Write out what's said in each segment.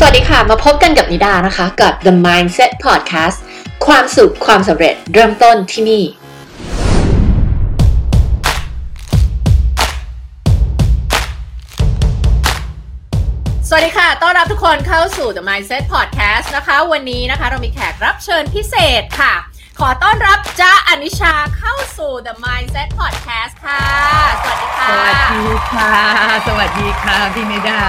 วัสดีค่ะมาพบกันกับนิดานะคะกับ The Mindset Podcast ความสุขความสำเร็จเริ่มต้นที่นี่สวัสดีค่ะต้อนรับทุกคนเข้าสู่ The Mindset Podcast นะคะวันนี้นะคะเรามีแขกรับเชิญพิเศษค่ะขอต้อนรับจ๊ะอนิชาเข้าสู่ The Mindset Podcast ค่ะสวัสดีค่ะสวัสดีค่ะสวัสดีค่ะพี่นิดา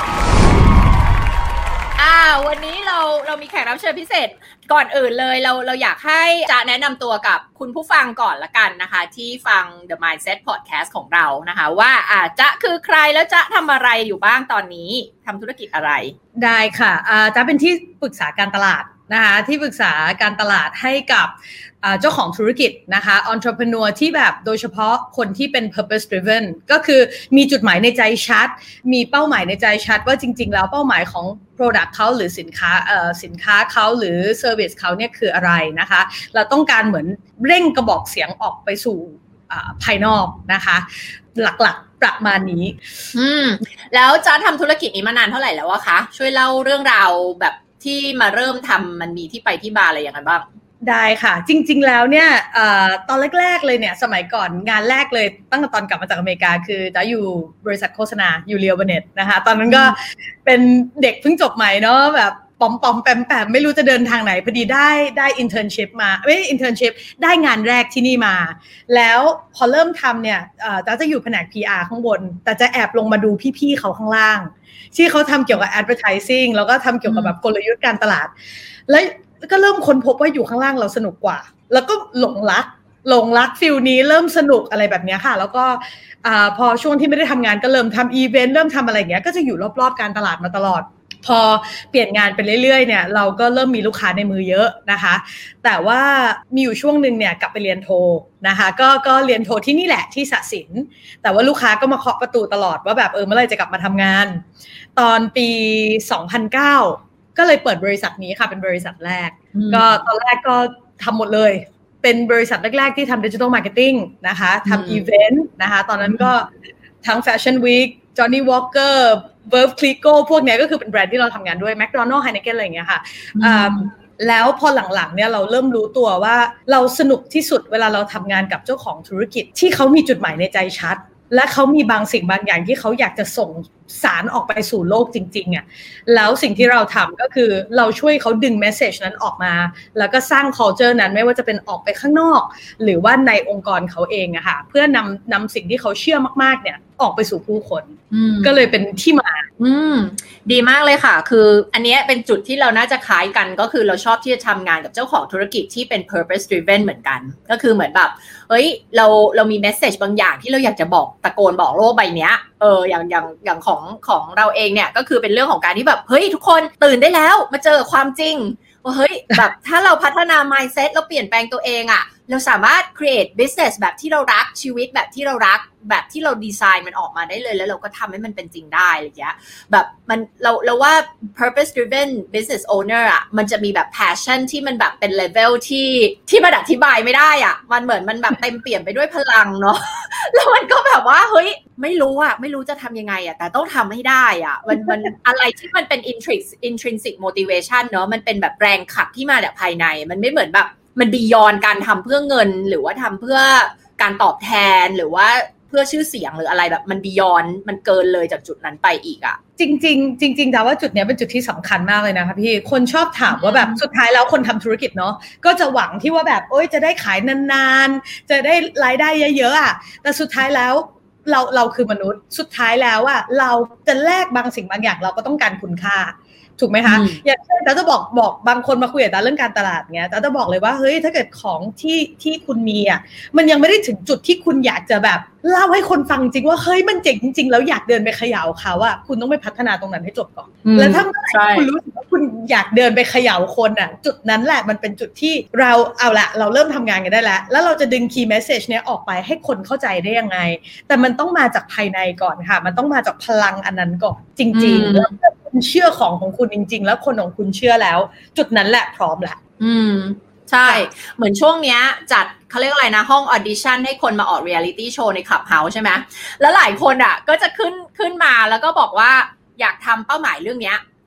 วันนี้เรามีแขกรับเชิญพิเศษก่อนอื่นเลยเราอยากให้จ๊ะแนะนำตัวกับคุณผู้ฟังก่อนละกันนะคะที่ฟัง The Mindset Podcast ของเรานะคะว่าจ๊ะคือใครแล้วจ๊ะทำอะไรอยู่บ้างตอนนี้ทำธุรกิจอะไรได้ค่ะจ๊ะเป็นที่ปรึกษาการตลาดนะคะที่ปรึกษาการตลาดให้กับเจ้าของธุรกิจนะคะ entrepreneur ที่แบบโดยเฉพาะคนที่เป็น purpose driven ก็คือมีจุดหมายในใจชัดมีเป้าหมายในใจชัดว่าจริงๆแล้วเป้าหมายของ product เขาหรือสินค้าเขาหรือ service เขาเนี่ยคืออะไรนะคะเราต้องการเหมือนเร่งกระบอกเสียงออกไปสู่ภายนอกนะคะหลักๆประมาณนี้แล้วจ๊ะทำธุรกิจนี้มานานเท่าไหร่แล้วอะคะช่วยเล่าเรื่องราวแบบที่มาเริ่มทำมันมีที่ไปที่มาอะไรอย่างไรบ้างได้ค่ะจริงๆแล้วเนี่ยตอนแรกๆเลยเนี่ยสมัยก่อนงานแรกเลยตั้งแต่ตอนกลับมาจากอเมริกาคือจะอยู่บริษัทโฆษณาอยู่เรียวเบเน็ตนะคะตอนนั้นก็เป็นเด็กเพิ่งจบใหม่เนาะแบบปอมๆแปมๆไม่รู้จะเดินทางไหนพอดีได้ internship มาinternship ได้งานแรกที่นี่มาแล้วพอเริ่มทำเนี่ยจะอยู่แผนก PR ข้างบนแต่จะแอบลงมาดูพี่ๆเขาข้างล่างที่เขาทำเกี่ยวกับ advertising แล้วก็ทำเกี่ยวกับแบบกลยุทธ์การตลาดแล้วก็เริ่มค้นพบว่าอยู่ข้างล่างเราสนุกกว่าแล้วก็หลงรักฟิลนี้เริ่มสนุกอะไรแบบนี้ค่ะแล้วก็พอช่วงที่ไม่ได้ทำงานก็เริ่มทำอีเวนต์เริ่มทำอะไรอย่างเงี้ยก็จะอยู่รอบๆการตลาดมาตลอดพอเปลี่ยนงานไปเรื่อยๆเนี่ยเราก็เริ่มมีลูกค้าในมือเยอะนะคะแต่ว่ามีอยู่ช่วงนึงเนี่ยกลับไปเรียนโทนะคะก็เรียนโทที่นี่แหละที่ศศิลป์แต่ว่าลูกค้าก็มาเคาะประตูตลอดว่าแบบเมื่อไหร่จะกลับมาทำงานตอนปี2009ก็เลยเปิดบริษัทนี้ค่ะเป็นบริษัทแรกก็ตอนแรกก็ทำหมดเลยเป็นบริษัทแรกๆที่ทำดิจิทัลมาร์เก็ตติ้งนะคะทำอีเวนต์นะคะตอนนั้นก็ทั้งแฟชั่นวีคจอห์นนี่วอล์กเกอร์เวิร์ฟคลิโก้พวกนี้ก็คือเป็นแบรนด์ที่เราทำงานด้วยแมคโดนัลด์ไฮเนเกนอะไรอย่างเงี้ยค่ะแล้วพอหลังๆเนี่ยเราเริ่มรู้ตัวว่าเราสนุกที่สุดเวลาเราทำงานกับเจ้าของธุรกิจที่เขามีจุดหมายในใจชัดและเขามีบางสิ่งบางอย่างที่เขาอยากจะส่งสารออกไปสู่โลกจริงๆอ่ะแล้วสิ่งที่เราทำก็คือเราช่วยเขาดึงเมสเสจนั้นออกมาแล้วก็สร้าง culture นั้นไม่ว่าจะเป็นออกไปข้างนอกหรือว่าในองค์กรเขาเองอะค่ะเพื่อนำสิ่งที่เขาเชื่อมากๆเนี่ยออกไปสู่ผู้คนก็เลยเป็นที่มาดีมากเลยค่ะคืออันนี้เป็นจุดที่เราน่าจะคล้ายกันก็คือเราชอบที่จะทำงานกับเจ้าของธุรกิจที่เป็น purpose driven เหมือนกันก็คือเหมือนแบบเรามี message บางอย่างที่เราอยากจะบอกตะโกนบอกโลกใบนี้อย่างของเราเองเนี่ยก็คือเป็นเรื่องของการที่แบบเฮ้ยทุกคนตื่นได้แล้วมาเจอความจริงว่าเฮ้ยแบบถ้าเราพัฒนา mindset เราเปลี่ยนแปลงตัวเองอะเราสามารถ create business แบบที่เรารักชีวิตแบบที่เรารักแบบที่เราดีไซน์มันออกมาได้เลยแล้วเราก็ทำให้มันเป็นจริงได้อะไรอย่างเงี้ยแบบมันเราว่า purpose driven business owner อ่ะมันจะมีแบบ passion ที่มันแบบเป็น level ที่มันอธิบายไม่ได้อ่ะมันเหมือนมันแบบเต็มเปี่ยมไปด้วยพลังเนาะแล้วมันก็แบบว่าเฮ้ยไม่รู้จะทำยังไงอ่ะแต่ต้องทำให้ได้อ่ะมันอะไรที่มันเป็น intrinsic motivation เนาะมันเป็นแบบแรงขับที่มาจากภายในมันไม่เหมือนแบบมันบียอนการทำเพื่อเงินหรือว่าทำเพื่อการตอบแทนหรือว่าเพื่อชื่อเสียงหรืออะไรแบบมันบียอนมันเกินเลยจากจุดนั้นไปอีกอ่ะจริงแต่ว่าจุดนี้เป็นจุดที่สำคัญมากเลยนะคะพี่คนชอบถามว่าแบบสุดท้ายแล้วคนทำธุรกิจเนาะก็จะหวังที่ว่าแบบจะได้ขายนานๆจะได้รายได้เยอะๆอ่ะแต่สุดท้ายแล้วเราคือมนุษย์สุดท้ายแล้วอ่ะเราจะแลกบางสิ่งบางอย่างเราก็ต้องการคุณค่าถูกไหมคะอย่างเช่นจะบอกบางคนมาคุยกับตาเรื่องการตลาดเงี้ยจะบอกเลยว่าเฮ้ยถ้าเกิดของที่คุณมีอ่ะมันยังไม่ได้ถึงจุดที่คุณอยากจะแบบเล่าให้คนฟังจริงว่าเฮ้ยมันเจ๋งจริงๆแล้วอยากเดินไปเขย่าเขาอ่ะคุณต้องไปพัฒนาตรงนั้นให้จบก่อนแล้วถ้าคุณรู้สึกว่าคุณอยากเดินไปเขย่าคนอ่ะจุดนั้นแหละมันเป็นจุดที่เราเริ่มทำงานกันได้แล้วเราจะดึง key message เนี้ยออกไปให้คนเข้าใจได้ยังไงแต่มันต้องมาจากภายในก่อนค่ะมันต้องมาจากพลังอันนั้นก่อนจริงๆแล้วคุณเชื่อของคุณจริงๆแล้วคนของคุณเชื่อแล้วจุดนั้นแหละพร้อมแหละใช่เหมือนช่วงเนี้ยจัดเขาเรียกอะไรนะห้องออดิชั่นให้คนมาออกเรียลิตี้โชว์ในคลับเฮาส์ใช่ไหมแล้วหลายคนอ่ะก็จะขึ้นมาแล้วก็บอกว่าอยากทำเป้าหมายเรื่องเนี้ย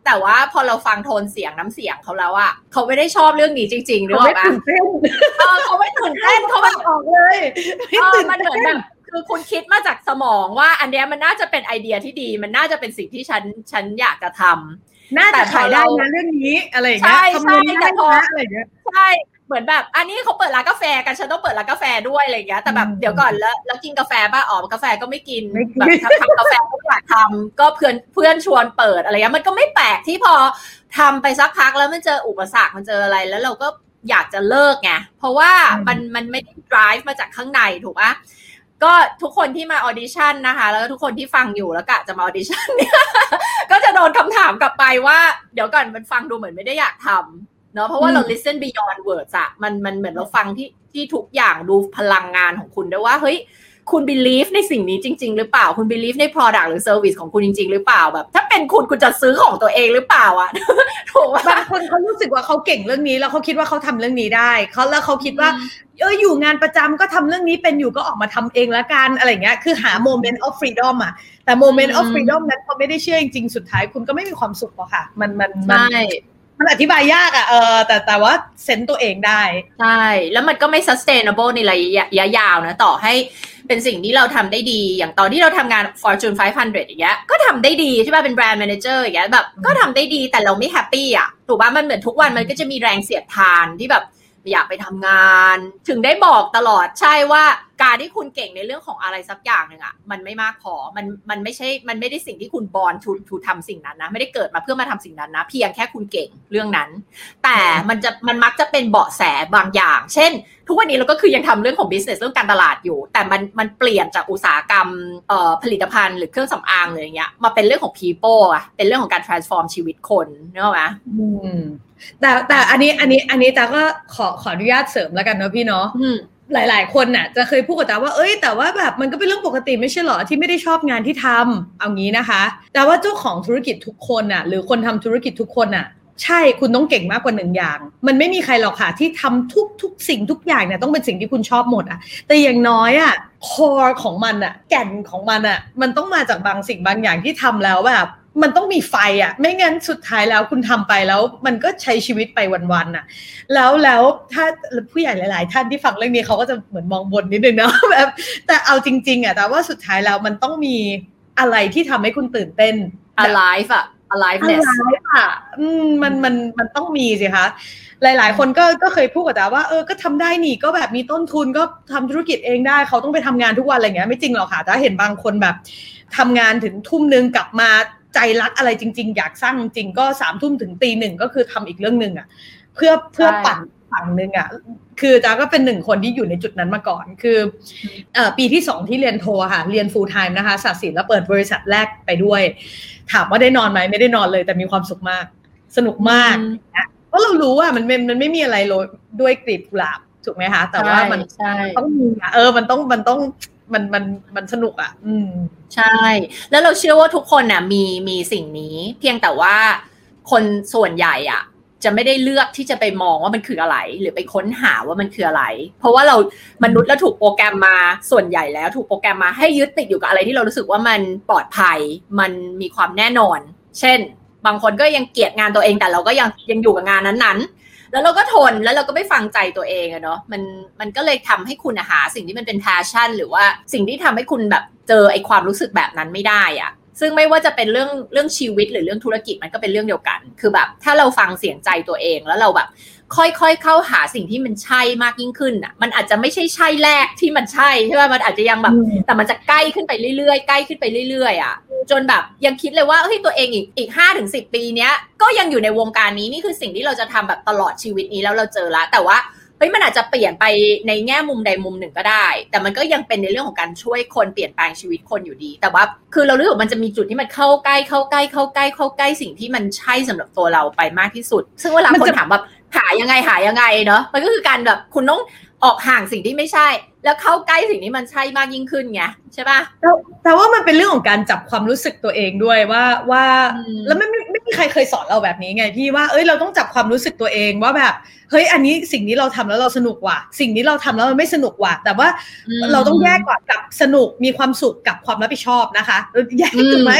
แต่ว่าพอเราฟังโทนเสียงน้ำเสียงเขาแล้วอะเขาไม่ได้ชอบเรื่องนี้จริงๆหรือเปล่าเขาไม่ตื่นเต้นเขาแบบออกเลยมันเหมือนแบบคือคุณคิดมาจากสมองว่าอันเนี้ยมันน่าจะเป็นไอเดียที่ดีมันน่าจะเป็นสิ่งที่ฉันอยากจะทำน่าจะขายได้นะเรื่องนี้อะไรอย่างเงี้ยทำเงินได้นะอะไรอย่างเงี้ยใช่เหมือนแบบอันนี้เขาเปิดร้านกาแฟกันฉันต้องเปิดร้านกาแฟด้วยอะไรอย่างเงี้ยแต่แบบเดี๋ยวก่อนแล้วกินกาแฟป่ะอ๋อกาแฟก็ไม่กินแบบทำกาแฟก็อยากทำก็เพื่อนชวนเปิดอะไรเงี้ยมันก็ไม่แปลกที่พอทำไปสักพักแล้วมันเจออุปสรรคมันเจออะไรแล้วเราก็อยากจะเลิกไงเพราะว่ามันไม่ได้ drive มาจากข้างในถูกปะก็ทุกคนที่มาออดิชั่นนะคะแล้วก็ทุกคนที่ฟังอยู่แล้วกะจะมาออดิชั่นเนี่ยก็จะโดนคำถามกลับไปว่าเดี๋ยวก่อนมันฟังดูเหมือนไม่ได้อยากทำเนาะเพราะว่าเรา listen beyond words อะมันเหมือนเราฟังที่ทุกอย่างดูพลังงานของคุณด้วยว่าเฮ้ยคุณ believe ในสิ่งนี้จริงๆหรือเปล่าคุณ believe ใน product หรือ service ของคุณจริงๆหรือเปล่าแบบถ้าเป็นคุณจะซื้อของตัวเองหรือเปล่าอะถูกป่ะบางคนเขารู้สึกว่าเขาเก่งเรื่องนี้แล้วเขาคิดว่าเขาทำเรื่องนี้ได้เขาคิดว่าอยู่งานประจำก็ทำเรื่องนี้เป็นอยู่ก็ออกมาทำเองละกันอะไรเงี้ยคือหา moment of freedom อะแต่ moment of freedom นั้นเขาไม่ได้เชื่อจริงๆสุดท้ายคุณก็ไม่มีความสุขหรอกค่ะมันอธิบายยากอ่ะแต่ว่าเซนส์ตัวเองได้ใช่แล้วมันก็ไม่ sustainable ในระยะยาวนะต่อให้เป็นสิ่งที่เราทำได้ดีอย่างตอนที่เราทำงาน Fortune 500อย่างเงี้ยก็ทำได้ดีใช่ป่ะเป็นแบรนด์แมเนเจอร์อย่างเงี้ยแบบก็ทำได้ดีแต่เราไม่แฮปปี้อ่ะถูกป่ะมันเหมือนทุกวันมันก็จะมีแรงเสียดทานที่แบบอยากไปทำงานถึงได้บอกตลอดใช่ว่าการที่คุณเก่งในเรื่องของอะไรสักอย่างนึงอ่ะมันไม่มากพอมันไม่ใช่มันไม่ได้สิ่งที่คุณborn to ทำสิ่งนั้นนะไม่ได้เกิดมาเพื่อมาทำสิ่งนั้นนะเพียงแค่คุณเก่งเรื่องนั้นแต่มันมักจะเป็นเบาะแสบางอย่างเช่นทุกวันนี้เราก็คือยังทำเรื่องของ business เรื่องการตลาดอยู่แต่มันเปลี่ยนจากอุตสาหกรรมผลิตภัณฑ์หรือเครื่องสำอางเลยอย่างเงี้ยมาเป็นเรื่องของ people อ่ะเป็นเรื่องของการ transform ชีวิตคนนึกออกไหมแต่อันนี้ตาก็ขออนุญาตเสริมแล้วกันเนาะพี่เนาะหลายๆคนน่ะจะเคยพูดกับตาว่าแต่ว่าแบบมันก็เป็นเรื่องปกติไม่ใช่หรอที่ไม่ได้ชอบงานที่ทำเอางี้นะคะแต่ว่าเจ้าของธุรกิจทุกคนน่ะหรือคนทำธุรกิจทุกคนน่ะใช่คุณต้องเก่งมากกว่าหนึ่งอย่างมันไม่มีใครหรอกค่ะที่ทำทุกสิ่งทุกอย่างเนี่ยต้องเป็นสิ่งที่คุณชอบหมดอ่ะแต่อย่างน้อยอ่ะคอร์ของมันอ่ะแก่นของมันอ่ะมันต้องมาจากบางสิ่งบางอย่างที่ทำแล้วแบบมันต้องมีไฟอ่ะไม่งั้นสุดท้ายแล้วคุณทำไปแล้วมันก็ใช้ชีวิตไปวันๆอ่ะแล้วถ้าผู้ใหญ่หลายๆท่านที่ฟังเรื่องนี้เขาก็จะเหมือนมองบนนิดนึงนะแบบแต่เอาจริงๆอ่ะแต่ว่าสุดท้ายแล้วมันต้องมีอะไรที่ทำให้คุณตื่นเต้น alive อ่ะaliveness อ่ะมันต้องมีสิคะหลายๆคนก็เคยพูดกับตาว่าก็ทำได้นี่ก็แบบมีต้นทุนก็ทำธุรกิจเองได้เขาต้องไปทำงานทุกวันอะไรเงี้ยไม่จริงหรอกค่ะแต่เห็นบางคนแบบทำงานถึงทุ่มนึงกลับมาใจรักอะไรจริงๆอยากสร้างจริงก็3 ทุ่มถึงตี 1ก็คือทำอีกเรื่องนึงอ่ะเพื่อปั่นฝั่งนึงอ่ะคือตาก็เป็นหนึ่งคนที่อยู่ในจุดนั้นมาก่อนคือปีที่2ที่เรียนโทค่ะเรียน full time นะคะศาสตร์ศิลป์แล้วเปิดบริษัทแรกไปด้วยถามว่าได้นอนไหมไม่ได้นอนเลยแต่มีความสุขมากสนุกมากนะเพราะเรารู้ว่ามันไม่มีอะไรโรยด้วยกลีบกุหลาบถูกไหมคะแต่ว่ามันต้องมีมันต้องสนุกอ่ะใช่แล้วเราเชื่อว่าทุกคนน่ะมีสิ่งนี้เพียงแต่ว่าคนส่วนใหญ่อ่ะจะไม่ได้เลือกที่จะไปมองว่ามันคืออะไรหรือไปค้นหาว่ามันคืออะไรเพราะว่าเรามนุษย์เราถูกโปรแกรมมาส่วนใหญ่แล้วถูกโปรแกรมมาให้ยึดติดอยู่กับอะไรที่เรารู้สึกว่ามันปลอดภัยมันมีความแน่นอนเช่นบางคนก็ยังเกลียดงานตัวเองแต่เราก็ยังอยู่กับงานนั้นๆแล้วเราก็ทนแล้วเราก็ไม่ฟังใจตัวเองอะเนาะมันก็เลยทำให้คุณหาสิ่งที่มันเป็น passion หรือว่าสิ่งที่ทำให้คุณแบบเจอไอ้ความรู้สึกแบบนั้นไม่ได้อะซึ่งไม่ว่าจะเป็นเรื่องชีวิตหรือเรื่องธุรกิจมันก็เป็นเรื่องเดียวกันคือแบบถ้าเราฟังเสียงใจตัวเองแล้วเราแบบค่อยๆเข้าหาสิ่งที่มันใช่มากยิ่งขึ้นอ่ะมันอาจจะไม่ใช่ใช่แรกที่มันใช่ใช่ป่ะมันอาจจะยังแบบแต่มันจะใกล้ขึ้นไปเรื่อยๆใกล้ขึ้นไปเรื่อยๆอ่ะจนแบบยังคิดเลยว่าเฮ้ยตัวเองอีก 5-10 ปีเนี้ยก็ยังอยู่ในวงการนี้นี่คือสิ่งที่เราจะทำแบบตลอดชีวิตนี้แล้วเราเจอละแต่ว่ามันอาจจะเปลี่ยนไปในแง่มุมใดมุมหนึ่งก็ได้แต่มันก็ยังเป็นในเรื่องของการช่วยคนเปลี่ยนแปลงชีวิตคนอยู่ดีแต่ว่าคือเรารู้สึกมันจะมีจุดที่มันเข้าใกล้สิ่งที่มันใช่สำหรับตัวเราไปมากที่สุดซึ่งเวลาคนถามแบบหายังไงเนาะมันก็คือการแบบคุณต้องออกห่างสิ่งที่ไม่ใช่แล้วเข้าใกล้สิ่งที่มันใช่มากยิ่งขึ้นไงใช่ป่ะแต่ว่ามันเป็นเรื่องของการจับความรู้สึกตัวเองด้วยว่าแล้วไม่มีใครเคยสอนเราแบบนี้ไงพี่ว่าเราต้องจับความรู้สึกตัวเองว่าแบบเฮ้ยอันนี้สิ่งนี้เราทำแล้วเราสนุกว่ะสิ่งนี้เราทำแล้วมันไม่สนุกว่ะแต่ว่าเราต้องแยกก่อนกับสนุกมีความสุขกับความรับผิดชอบนะคะแยกถูกไหม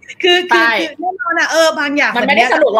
คือแน่นอนนะบางอย่างมันไม่ได้สรุป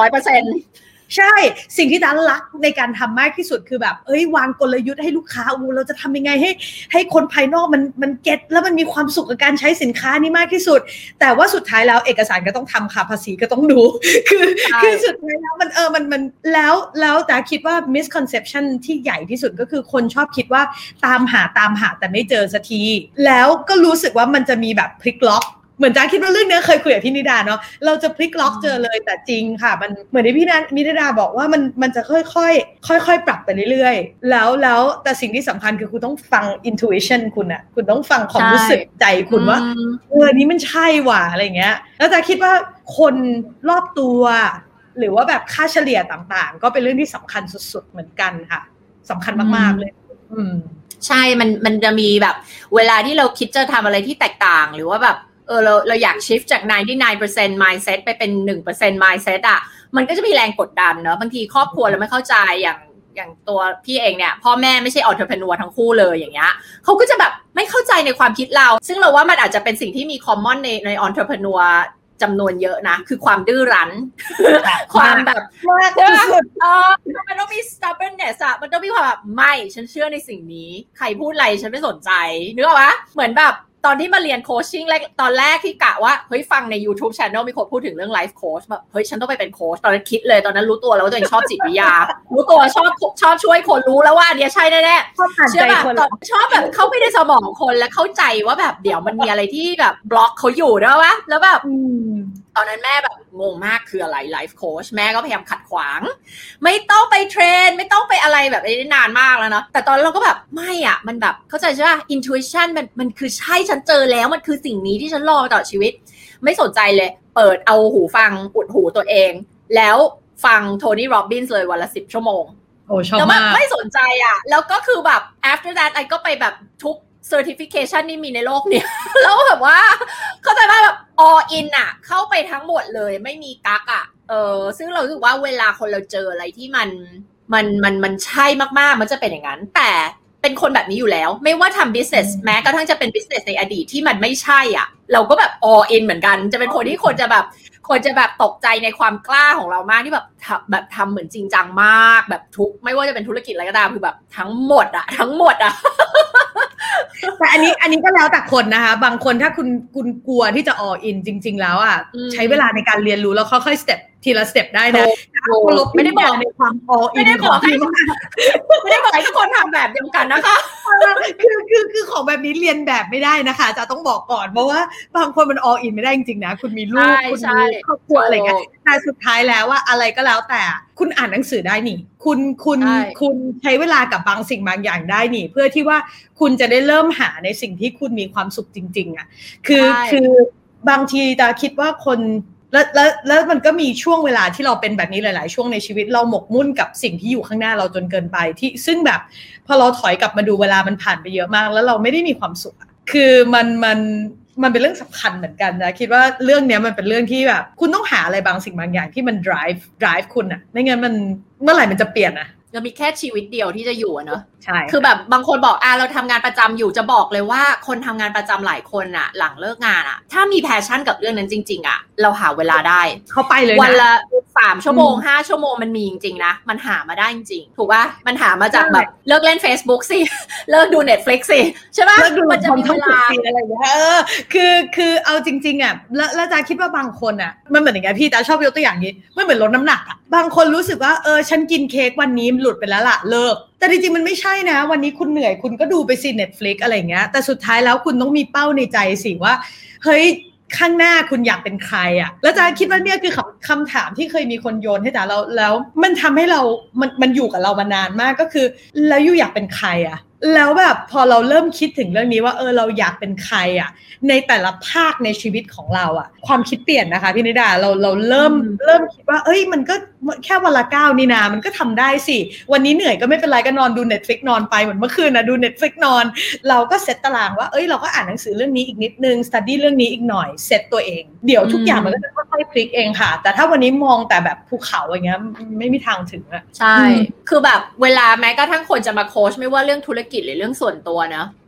100% ใช่สิ่งที่ดารักในการทำมากที่สุดคือแบบวางกลยุทธ์ให้ลูกค้าเราจะทำยังไงให้คนภายนอกมันเก็ตแล้วมันมีความสุขกับการใช้สินค้านี้มากที่สุดแต่ว่าสุดท้ายแล้วเอกสารก็ต้องทำค่ะภาษีก็ต้องดูคือสุดท้ายแล้วมันแล้วแต่คิดว่า misconception ที่ใหญ่ที่สุดก็คือคนชอบคิดว่าตามหาแต่ไม่เจอสักทีแล้วก็รู้สึกว่ามันจะมีแบบพลิกล็อกเหมือนจ้าคิดว่าเรื่องนี้เคยคุยกับพี่นิดาเนาะเราจะพลิกล็อกเจอเลยแต่จริงค่ะมันเหมือนที่พี่นิดาบอกว่ามันจะค่อยปรับไปเรื่อยๆแล้วแต่สิ่งที่สำคัญคือคุณต้องฟัง intuition คุณอะคุณต้องฟังความรู้สึกใจคุณว่านี้มันใช่ว่ะอะไรเงี้ยแล้วจ้าคิดว่าคนรอบตัวหรือว่าแบบค่าเฉลี่ยต่างๆก็เป็นเรื่องที่สำคัญสุดๆเหมือนกันค่ะสำคัญมากๆเลยใช่มันจะมีแบบเวลาที่เราคิดจะทำอะไรที่แตกต่างหรือว่าแบบเราอยาก shift จาก 99% mindset ไปเป็น 1% mindset อ่ะมันก็จะมีแรงกดดันเนอะบางทีครอบครัวเราไม่เข้าใจอย่างตัวพี่เองเนี่ยพ่อแม่ไม่ใช่ entrepreneur ทั้งคู่เลยอย่างเงี้ยเขาก็จะแบบไม่เข้าใจในความคิดเราซึ่งเราว่ามันอาจจะเป็นสิ่งที่มี common ใน entrepreneur จำนวนเยอะนะคือความดื้อรั้นความแบบมันต้องมี stubbornness อะมันต้องมีความแบบไม่ฉันเชื่อในสิ่งนี้ใครพูดอะไรฉันไม่สนใจนึกออกปะเหมือนแบบตอนที่มาเรียนโคชชิ่งตอนแรกที่กะว่าเฮ้ยฟังใน YouTube Channel มีคนพูดถึงเรื่อง Life Coach แบบเฮ้ยฉันต้องไปเป็นโค้ชตอนนั้นคิดเลยตอนนั้นรู้ตัวแล้วว่าตัวเองชอบจิตวิทยารู้ตัวชอบช่วยคนรู้แล้วว่าอันนี้ใช่แน่ๆเชื่อป่ะชอบแบบเข้าไปในสมองคนแล้วเข้าใจว่าแบบเดี๋ยวมันมีอะไรที่แบบบล็อกเขาอยู่ด้วยวะแล้วแบบตอนนั้นแม่แบบงงมากคืออะไร Life Coach แม่ก็พยายามขัดขวางไม่ต้องไปเทรนไม่ต้องไปอะไรแบบนี้นานมากแล้วเนาะแต่ตอนเราก็แบบไม่อ่ะมันแบบเข้าใจใช่ป่ะ intuition มันคือใช่ฉันเจอแล้วมันคือสิ่งนี้ที่ฉันรอมาตลอดชีวิตไม่สนใจเลยเปิดเอาหูฟังอุดหูตัวเองแล้วฟังโทนี่โรบบินส์เลยวันละ10 ชั่วโมงโอ้ชอบมากไม่สนใจอ่ะแล้วก็คือแบบ after that ไอก็ไปแบบทุกcertification นี่มีในโลกเนี่ยแล้วแบบว่าเข้าใจว่าแบบ all in อ่ะเข้าไปทั้งหมดเลยไม่มีกั๊กอ่ะซึ่งเรารู้สึกว่าเวลาคนเราเจออะไรที่มันใช่มากๆมันจะเป็นอย่างนั้นแต่เป็นคนแบบนี้อยู่แล้วไม่ว่าทำ business แม้กระทั่งจะเป็น business ในอดีตที่มันไม่ใช่อ่ะเราก็แบบ all in เหมือนกันจะเป็นคนที่คนจะแบบตกใจในความกล้าของเรามากที่แบบทำเหมือนจริงจังมากแบบทุกไม่ว่าจะเป็นธุรกิจอะไรก็ตามคือแบบทั้งหมดอ่ะแต่อันนี้ก็แล้วแต่คนนะคะบางคนถ้าคุณกลัวที่จะ all in จริงๆแล้วอ่ะใช้เวลาในการเรียนรู้แล้วค่อยๆ step ทีละสเต็ปได้นะไม่ได้บอกในความ all in ไม่ได้บอกให้ทุกคนทำแบบเดียวกันนะคะคือของแบบนี้เรียนแบบไม่ได้นะคะจะต้องบอกก่อนเพราะว่าบางคนมัน all in ไม่ได้จริงๆนะคุณมีลูกคุณมีครอบครัวอะไรเงี้ยแต่สุดท้ายแล้วว่าอะไรก็แล้วแต่คุณอ่านหนังสือได้นี่คุณใช้เวลากับบางสิ่งบางอย่างได้นี่เพื่อที่ว่าคุณจะได้เริ่มหาในสิ่งที่คุณมีความสุขจริงๆอ่ะคือบางทีจะคิดว่าคนแล้วมันก็มีช่วงเวลาที่เราเป็นแบบนี้หลายๆช่วงในชีวิตเราหมกมุ่นกับสิ่งที่อยู่ข้างหน้าเราจนเกินไปที่ซึ่งแบบพอเราถอยกลับมาดูเวลามันผ่านไปเยอะมากแล้วเราไม่ได้มีความสุขคือมันเป็นเรื่องสำคัญเหมือนกันนะคิดว่าเรื่องนี้มันเป็นเรื่องที่แบบคุณต้องหาอะไรบางสิ่งบางอย่างที่มัน drive คุณอะไม่งั้นมันเมื่อไหร่มันจะเปลี่ยนอะเรามีแค่ชีวิตเดียวที่จะอยู่เนอะใช่คือแบบบางคนบอกเราทำงานประจำอยู่จะบอกเลยว่าคนทำงานประจำหลายคนอะหลังเลิกงานอะถ้ามีแพชชั่นกับเรื่องนั้นจริงๆอะเราหาเวลาได้เข้าไปเลยนะวันละ3 ชั่วโมง5 ชั่วโมงมันมีจริงๆนะมันหามาได้จริงๆถูกป่ะมันหามาจากแบบเลิกเล่น Facebook สิเลิกดู Netflix สิใช่ป่ะมันจะมีเวลาอะไรอย่างเงี้ยคือเอาจริงๆอ่ะแล้วจะคิดว่าบางคนอ่ะมันเหมือนอย่างเงี้ยพี่ตาชอบยกตัวอย่างนี้ไม่เหมือนลดน้ำหนักอ่ะบางคนรู้สึกว่าฉันกินเค้กวันนี้หลุดไปแล้วล่ะเลิกแต่จริงๆมันไม่ใช่นะวันนี้คุณเหนื่อยคุณก็ดูไปสิ Netflix อะไรอย่างเงี้ยแต่สุดท้ายแล้วคุณต้องมีเป้าในใจสิว่าเฮ้ยข้างหน้าคุณอยากเป็นใครอ่ะแล้วจะคิดว่าเนี่ยคือคำถามที่เคยมีคนโยนให้จ๋าแล้วมันทำให้เรามันอยู่กับเรามานานมากก็คือแล้วอยู่อยากเป็นใครอ่ะแล้วแบบพอเราเริ่มคิดถึงเรื่องนี้ว่าเราอยากเป็นใครอ่ะในแต่ละภาคในชีวิตของเราอ่ะความคิดเปลี่ยนนะคะพี่นิดาเราเริ่มคิดว่ามันก็แค่วันละ9นี่นามันก็ทำได้สิวันนี้เหนื่อยก็ไม่เป็นไรก็นอนดู Netflix นอนไปเหมือนเมื่อคืนนะดู Netflix นอนเราก็เซตตารางว่าเราก็อ่านหนังสือเรื่องนี้อีกนิดนึง study เรื่องนี้อีกหน่อยเซตตัวเองเดี๋ยวทุกอย่างมันก็จะค่อยๆพลิกเองค่ะแต่ถ้าวันนี้มองแต่แบบภูเขาอย่างเงี้ยไม่มีทางถึงอ่ะใช่คือแบบเวลาแม้กระทั่งคนจะมาโค้ชไม่ว่าเรื่องธุรกิจหรือเรื่องส่วนตัวนะ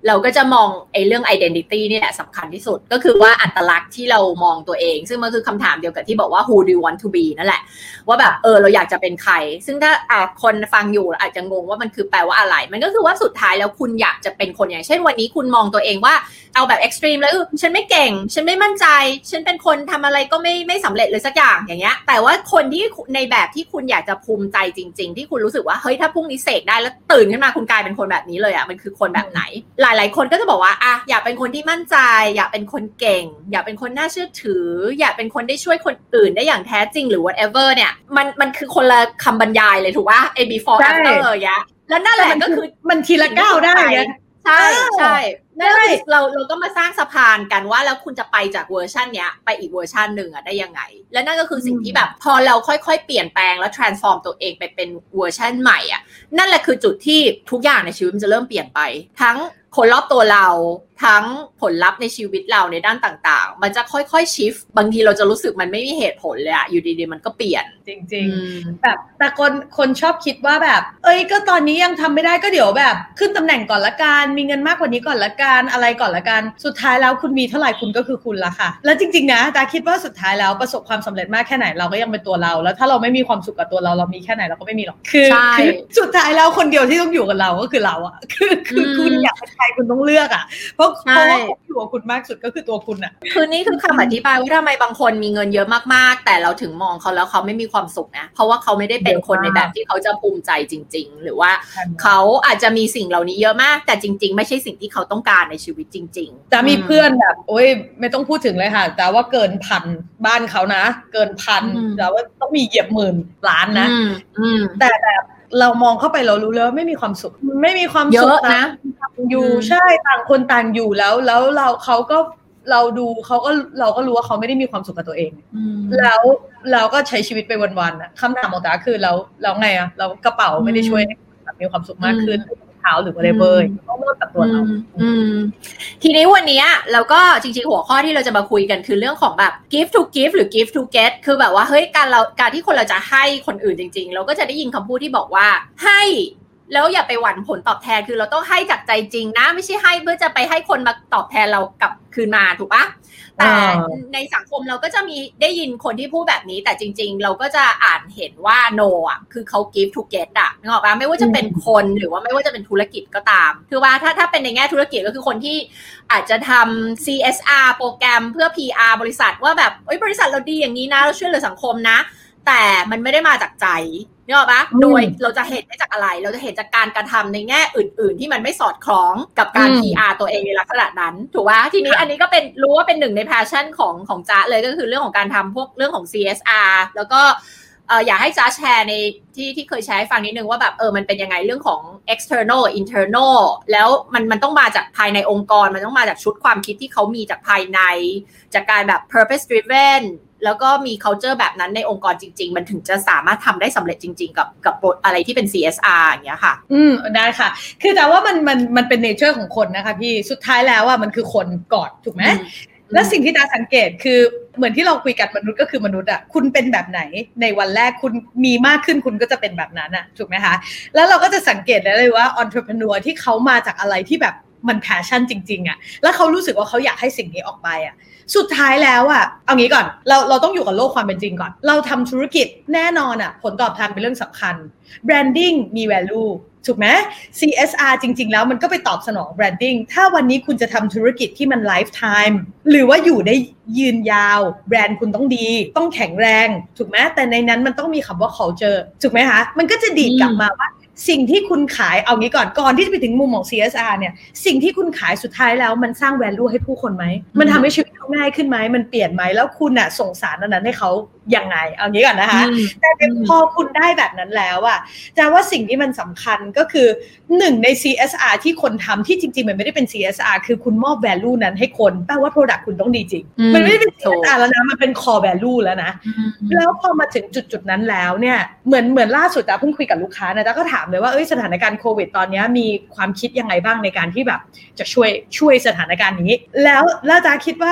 เราก็จะมองเรื่อง identity นี่แหละสำคัญที่สุดก็คือว่าอัตลักษณ์ที่เรามองตัวเองซึ่งมันคือคำถามเดียวกับที่บอกว่า who do you want to be นั่นแหละว่าแบบเราอยากจะเป็นใครซึ่งถ้าคนฟังอยู่อาจจะงงว่ามันคือแปลว่าอะไรมันก็คือว่าสุดท้ายแล้วคุณอยากจะเป็นคนอย่างเช่นวันนี้คุณมองตัวเองว่าเอาแบบ extreme แล้วฉันไม่เก่งฉันไม่มั่นใจฉันเป็นคนทำอะไรก็ไม่สำเร็จเลยสักอย่างเงี้ยแต่ว่าคนที่ในแบบที่คุณอยากจะภูมิใจจริงๆที่คุณรู้สึกว่าเฮ้ยถ้าพรุ่งนี้เสกได้แล้วตื่นขึ้นมาคุณกลายเป็นคนแบบนี้เลยมันคือคนแบบไหนหลายๆคนก็จะบอกว่าอยากเป็นคนที่มั่นใจอยากเป็นคนเก่งอยากเป็นคนน่าเชื่อถืออยากเป็นคนได้ช่วยคนอื่นได้อย่างแท้จริงหรือ whatever เนี่ยมันคือคนละคำบรรยายเลยถูกป่ะ before after อย่างเงี้ยแล้วนั่นแหละก็คือมันทีละก้าวได้ใช่นั่นคือเราก็มาสร้างสะพานกันว่าแล้วคุณจะไปจากเวอร์ชันเนี้ยไปอีกเวอร์ชันหนึ่งได้ยังไงและนั่นก็คือสิ่งที่แบบพอเราค่อยๆเปลี่ยนแปลงแล้ว transform ตัวเองไปเป็นเวอร์ชันใหม่นั่นแหละคือจุดที่ทุกอย่างในชีวิตมันจะเริ่มเปลี่ยนไปทั้งคนรอบตัวเราทั้งผลลัพธ์ในชีวิตเราในด้านต่างๆมันจะค่อยๆ shift บางทีเราจะรู้สึกมันไม่มีเหตุผลเลยอยู่ดีๆมันก็เปลี่ยนจริงๆแบบแต่คนชอบคิดว่าแบบก็ตอนนี้ยังทำไม่ได้ก็เดี๋ยวแบบขึ้นตำแหน่งก่อนละกันมีเงินมากกว่านี้ก่อนละกันอะไรก่อนละกันสุดท้ายแล้วคุณมีเท่าไหร่คุณก็คือคุณละค่ะแล้วจริงๆนะตาคิดว่าสุดท้ายแล้วประสบความสำเร็จมากแค่ไหนเราก็ยังเป็นตัวเราแล้วถ้าเราไม่มีความสุขกับตัวเรามีแค่ไหนเราก็ไม่มีหรอกคือสุดท้ายแล้วคนเดียวที่ต้องอยู่กับเราก็คือเราคือคุณอยากเป็นใครคุณต้องเลือกเพราะว่าตัวคุณมากสุดก็คือตัวคุณคือนี่คือคำอธิบายว่าทำไมบางคนมีเงินเยอะมากๆแต่เราถึงมองเขาแล้วเขาไม่มีความสุขนะเพราะว่าเขาไม่ได้เป็นคนในแบบที่เขาจะภูมิใจจริงๆหรือว่าเขาอาจจะมีสิ่งเหล่านี้เยอะมากแต่จริงๆไม่ใช่สิ่งที่เขาต้องการในชีวิตจริงๆจะมีเพื่อนแบบไม่ต้องพูดถึงเลยค่ะแต่ว่าเกินพันบ้านเขานะเกินพันแต่ว่าต้องมีเหยียบหมื่นล้านนะแต่แบบเรามองเข้าไปเรารู้แล้วไม่มีความสุขไม่มีความสุขนะอยู่ใช่ต่างคนต่างอยู่แล้วเราก็รู้ว่าเขาไม่ได้มีความสุขกับตัวเองแล้วเราก็ใช้ชีวิตไปวันๆคำถามของตาคือเราไงเรากระเป๋าไม่ได้ช่วยมีความสุขมากขึ้นเท้าหรืออะไรเบอร์ต้องเริ่มจากตัวเราทีนี้วันนี้เราก็จริงๆหัวข้อที่เราจะมาคุยกันคือเรื่องของแบบ give to give หรือ give to get คือแบบว่าเฮ้ยการที่คนเราจะให้คนอื่นจริงๆเราก็จะได้ยินคำพูดที่บอกว่าให้แล้วอย่าไปหวั่นผลตอบแทนคือเราต้องให้จากใจจริงนะไม่ใช่ให้เพื่อจะไปให้คนมาตอบแทนเรากลับคืนมาถูกปะแต่ในสังคมเราก็จะมีได้ยินคนที่พูดแบบนี้แต่จริงๆเราก็จะอ่านเห็นว่า no คือเขา give to get นึกออกปะไม่ว่าจะเป็นคนหรือว่าไม่ว่าจะเป็นธุรกิจก็ตามคือว่าถ้าเป็นในแง่ธุรกิจก็คือคนที่อาจจะทำ CSR โปรแกรมเพื่อ PR บริษัทว่าแบบบริษัทเราดีอย่างนี้นะเราช่วยเหลือสังคมนะแต่มันไม่ได้มาจากใจนึกออกปะโดยเราจะเห็นได้จากอะไรเราจะเห็นจากการกระทำในแง่อื่นๆที่มันไม่สอดคล้องกับการ PR ตัวเองในลักษณะนั้นถูกปะทีนี้อันนี้ก็เป็นรู้ว่าเป็นหนึ่งใน passion ของจ๊ะเลยก็คือเรื่องของการทำพวกเรื่องของ CSR แล้วก็อยากให้จ๊ะแชร์ในที่เคยแชร์ให้ฟังนิดนึงว่าแบบมันเป็นยังไงเรื่องของ external internal แล้วมันต้องมาจากภายในองค์กรมันต้องมาจากชุดความคิดที่เขามีจากภายในจากการแบบ purpose drivenแล้วก็มี culture แบบนั้นในองค์กรจริงๆมันถึงจะสามารถทำได้สำเร็จจริงๆกับอะไรที่เป็น CSR อย่างเงี้ยค่ะได้ค่ะคือแต่ว่ามันเป็น nature ของคนนะคะพี่สุดท้ายแล้วมันคือคนก่อนถูกไหมและสิ่งที่ตาสังเกตคือเหมือนที่เราคุยกันมนุษย์ก็คือมนุษย์คุณเป็นแบบไหนในวันแรกคุณมีมากขึ้นคุณก็จะเป็นแบบนั้นถูกไหมคะแล้วเราก็จะสังเกตได้เลยว่า entrepreneur ที่เขามาจากอะไรที่แบบมัน passion จริงๆแล้วเขารู้สึกว่าเขาอยากให้สิ่งนี้ออกไปสุดท้ายแล้วเอางี้ก่อนเราต้องอยู่กับโลกความเป็นจริงก่อนเราทำธุรกิจแน่นอนผลตอบแทนเป็นเรื่องสำคัญ branding มี value ถูกไหม CSR จริงๆแล้วมันก็ไปตอบสนอง branding ถ้าวันนี้คุณจะทำธุรกิจที่มัน lifetime หรือว่าอยู่ได้ยืนยาวแบรนด์คุณต้องดีต้องแข็งแรงถูกไหมแต่ในนั้นมันต้องมีคำว่า culture ถูกไหมคะมันก็จะดีดกลับมาว่าสิ่งที่คุณขายเอางี้ก่อนที่จะไปถึงมุมของ CSR เนี่ยสิ่งที่คุณขายสุดท้ายแล้วมันสร้าง value ให้ผู้คนไหมมันทำให้ชีวิตเขาง่ายขึ้นไหมมันเปลี่ยนไหมแล้วคุณส่งสารนั้นให้เขายังไงเอางี้ก่อนนะคะแต่พอคุณได้แบบนั้นแล้วแต่ว่าสิ่งที่มันสำคัญก็คือหนึ่งใน CSR ที่คนทำที่จริงๆมันไม่ได้เป็น CSR คือคุณมอบ value นั้นให้คนแปลว่า product คุณต้องดีจริงมันไม่ได้เป็น CSR แล้วนะมันเป็น core value แล้วนะแล้วพอมาถึงจุดนั้นแล้วเนี่ยเหมือนล่าสุดเพิ่งคุยกับลูกค้านะก็ถามเลยว่าสถานการณ์โควิดตอนนี้มีความคิดยังไงบ้างในการที่แบบจะช่วยสถานการณ์นี้แล้วจ๊ะคิดว่า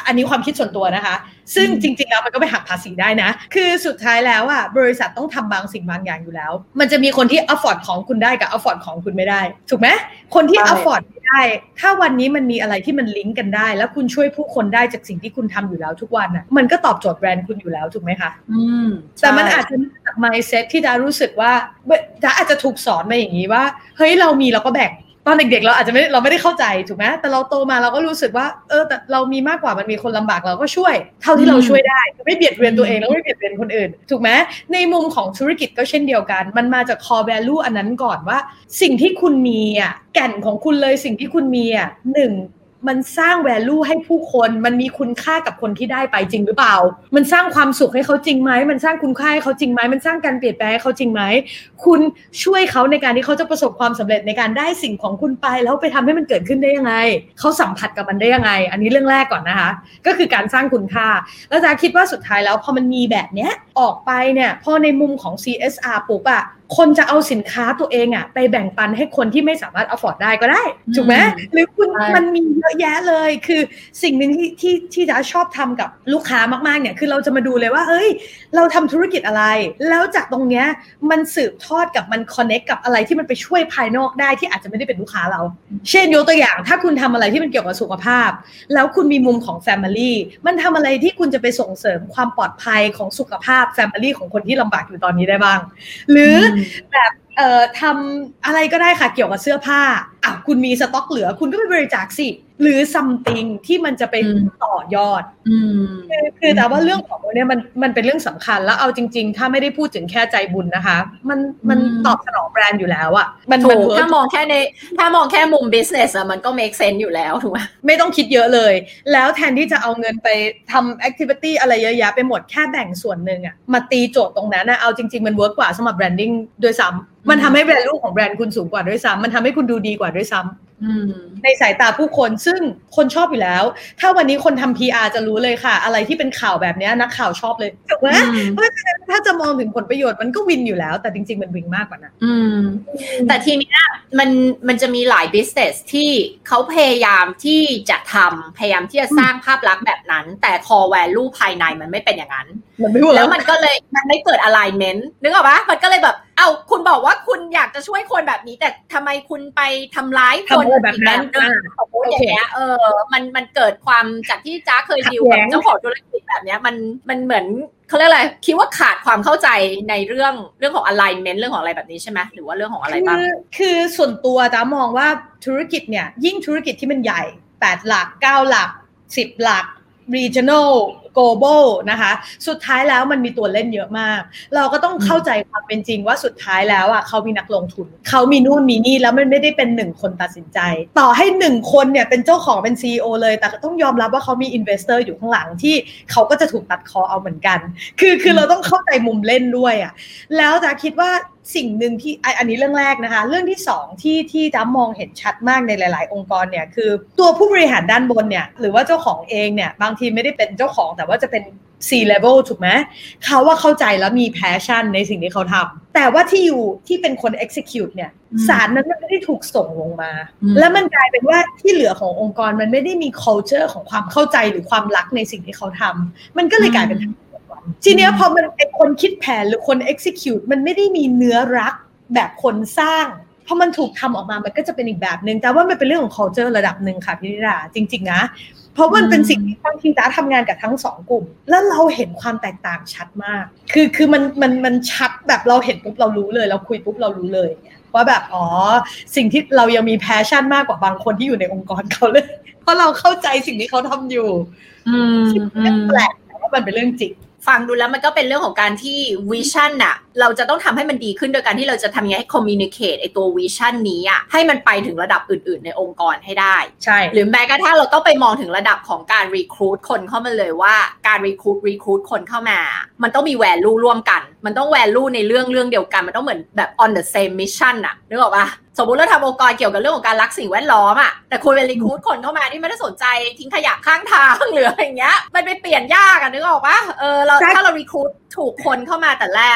อันนี้ความคิดส่วนตัวนะคะซึ่งจริงๆแล้วมันก็ไปหักภาษีได้นะคือสุดท้ายแล้วอ่ะบริษัทต้องทำบางสิ่งบางอย่างอยู่แล้วมันจะมีคนที่ afford ของคุณได้กับ afford ของคุณไม่ได้ถูกไหมคนที่ afford ไม่ได้ถ้าวันนี้มันมีอะไรที่มันลิงก์กันได้แล้วคุณช่วยผู้คนได้จากสิ่งที่คุณทำอยู่แล้วทุกวันน่ะมันก็ตอบโจทย์แบรนด์คุณอยู่แล้วถูกไหมคะแต่มันอาจจะจาก mindset ที่ดารู้สึกว่าดาอาจจะถูกสอนมาอย่างนี้ว่าเฮ้ยเรามีเราก็แบ่งตอนเด็กๆเราอาจจะเราไม่ได้เข้าใจถูกไหมแต่เราโตมาเราก็รู้สึกว่าแต่เรามีมากกว่ามันมีคนลำบากเราก็ช่วยเท่าที่เราช่วยได้ไม่เบียดเบียนตัวเองแล้วไม่เบียดเบียนคนอื่นถูกไหมในมุมของธุรกิจก็เช่นเดียวกันมันมาจาก core value อันนั้นก่อนว่าสิ่งที่คุณมีอ่ะแก่นของคุณเลยสิ่งที่คุณมีอ่ะหนึ่งมันสร้าง value ให้ผู้คนมันมีคุณค่ากับคนที่ได้ไปจริงหรือเปล่ามันสร้างความสุขให้เขาจริงไหมมันสร้างคุณค่าให้เขาจริงไหมมันสร้างการเปลี่ยนแปลงให้เขาจริงไหมคุณช่วยเขาในการที่เขาจะประสบความสำเร็จในการได้สิ่งของคุณไปแล้วไปทำให้มันเกิดขึ้นได้ยังไงเขาสัมผัสกับมันได้ยังไงอันนี้เรื่องแรกก่อนนะคะก็คือการสร้างคุณค่าแล้วจะคิดว่าสุดท้ายแล้วพอมันมีแบบเนี้ยออกไปเนี่ยพอในมุมของ CSR ปุ๊บอะคนจะเอาสินค้าตัวเองอะไปแบ่งปันให้คนที่ไม่สามารถ afford ได้ก็ได้ถูกไหมหรือคุณมันมีเยอะแยะเลยคือสิ่งหนึ่งที่จะชอบทำกับลูกค้ามากๆเนี่ยคือเราจะมาดูเลยว่าเฮ้ยเราทำธุรกิจอะไรแล้วจากตรงเนี้ยมันสืบทอดกับมัน connect กับอะไรที่มันไปช่วยภายนอกได้ที่อาจจะไม่ได้เป็นลูกค้าเราเช่นยกตัวอย่างถ้าคุณทำอะไรที่มันเกี่ยวกับสุขภาพแล้วคุณมีมุมของ family มันทำอะไรที่คุณจะไปส่งเสริมความปลอดภัยของสุขภาพ family ของคนที่ลำบากอยู่ตอนนี้ได้บ้างหรือแบบทำอะไรก็ได้ค่ะเกี่ยวกับเสื้อผ้าคุณมีสต็อกเหลือคุณก็ไปบริจาคสิหรือ something ที่มันจะไปต่อยอดคือแต่ว่าเรื่องของเนี่ยมันเป็นเรื่องสำคัญแล้วเอาจริงๆถ้าไม่ได้พูดถึงแค่ใจบุญนะคะมันตอบสนองแบรนด์อยู่แล้วอะมันถ้ามองแค่มุม business อะมันก็ make sense อยู่แล้วถูกไหมไม่ต้องคิดเยอะเลยแล้วแทนที่จะเอาเงินไปทำ activity อะไรเยอะแยะไปหมดแค่แบ่งส่วนหนึ่งอะมาตีโจทย์ตรงนั้นนะเอาจริงๆมันเวิร์กกว่าสำหรับ branding ด้วยซ้ำมันทำให้ value ของแบรนด์คุณสูงกว่าด้วยซ้ำมันทำให้คุณดูดีกว่าด้วยซ้ำในสายตาผู้คนซึ่งคนชอบอยู่แล้วถ้าวันนี้คนทำ PR จะรู้เลยค่ะอะไรที่เป็นข่าวแบบนี้นักข่าวชอบเลยถูกไหมเพราะฉะนั้นถ้าจะมองถึงผลประโยชน์มันก็วินอยู่แล้วแต่จริงๆมันวินมากกว่านั้นแต่ทีนี้มันจะมีหลาย business ที่เขาพยายามที่จะพยายามที่จะสร้างภาพลักษณ์แบบนั้นแต่ core value ภายในมันไม่เป็นอย่างนั้นแล้วมันก็เลยมันไม่เกิด alignment นึกออกปะมันก็เลยแบบคุณบอกว่าคุณอยากจะช่วยคนแบบนี้แต่ทำไมคุณไปทำร้ายคนแบบนั้นอย่างเงี้ยมันเกิดความจากที่จ้าเคยดีลกับเจ้าของธุรกิจแบบเนี้ยมันเหมือนเขาเรียกอะไรคิดว่าขาดความเข้าใจในเรื่องของ alignment เรื่องของอะไรแบบนี้ใช่ไหมหรือว่าเรื่องของอะไรบ้างคือส่วนตัวจ้ามองว่าธุรกิจเนี่ยยิ่งธุรกิจที่มันใหญ่8หลัก9หลัก10หลัก regional global นะคะสุดท้ายแล้วมันมีตัวเล่นเยอะมากเราก็ต้องเข้าใจความเป็นจริงว่าสุดท้ายแล้วเขามีนักลงทุนเขามีนู่นมีนี่แล้วมันไม่ได้เป็น1คนตัดสินใจต่อให้1คนเนี่ยเป็นเจ้าของเป็น CEO เลยแต่ก็ต้องยอมรับว่าเขามี investor อยู่ข้างหลังที่เขาก็จะถูกตัดคอเอาเหมือนกันคือเราต้องเข้าใจมุมเล่นด้วยแล้วจะคิดว่าสิ่งหนึ่งที่อันนี้เรื่องแรกนะคะเรื่องที่2ที่จ้ามองเห็นชัดมากในหลายๆองค์กรเนี่ยคือตัวผู้บริหารด้านบนเนี่ยหรือว่าเจ้าของเองเนี่ยบางทีไม่ได้เป็นเจ้าของแต่ว่าจะเป็น C-level ถูกไหมเขาว่าเข้าใจแล้วมี passion ในสิ่งที่เขาทำแต่ว่าที่เป็นคน execute เนี่ยสารนั้นมันไม่ได้ถูกส่งลงมาแล้วมันกลายเป็นว่าที่เหลือขององค์กรมันไม่ได้มี culture ของความเข้าใจหรือความรักในสิ่งที่เขาทำมันก็เลยกลายเป็นทีเนี้ยพอมันไอคนคิดแผนหรือคน execute มันไม่ได้มีเนื้อรักแบบคนสร้างพอมันถูกทำออกมามันก็จะเป็นอีกแบบนึงแต่ว่ามันเป็นเรื่องของ culture ระดับหนึ่งค่ะพี่นิราจริงๆนะเพราะมันเป็นสิ่งที่บางทีจ้าทำงานกับทั้ง2กลุ่มแล้วเราเห็นความแตกต่างชัดมากคือมันชัดแบบเราเห็นปุ๊บเรารู้เลยเราคุยปุ๊บเรารู้เลยว่าแบบสิ่งที่เรายังมีแพชชั่นมากกว่าบางคนที่อยู่ในองค์กรเขาเลยเพราะเราเข้าใจสิ่งที่เขาทำอยู่แปลกแต่ว่ามันเป็นเรื่องจริงฟังดูแล้วมันก็เป็นเรื่องของการที่วิชั่นน่ะเราจะต้องทำให้มันดีขึ้นโดยการที่เราจะทำยังไงให้คอมมิวนิเคตไอตัววิชั่นนี้อ่ะให้มันไปถึงระดับอื่นๆในองค์กรให้ได้ใช่หรือแม้กระทั่งเราต้องไปมองถึงระดับของการรีครูทคนเข้ามาเลยว่าการรีครูทคนเข้ามามันต้องมีแวลูร่วมกันมันต้องแวลูในเรื่องเดียวกันมันต้องเหมือนแบบ on the same mission น่ะนึกออกปะสมมุติเราทำองค์กรเกี่ยวกับเรื่องของการรักสิ่งแวดล้อมอ่ะแต่คุณเป็นรีครูทคนเข้ามาที่ไม่ได้สนใจทิ้งขยะข้างทางหรืออะไรอย่างเงี้ยมันไปเปลี่ยนยากอ่ะนึกออกปะถ้าเรารีครูทถูกคนเข้ามาแต่แรกอ่ะมันก็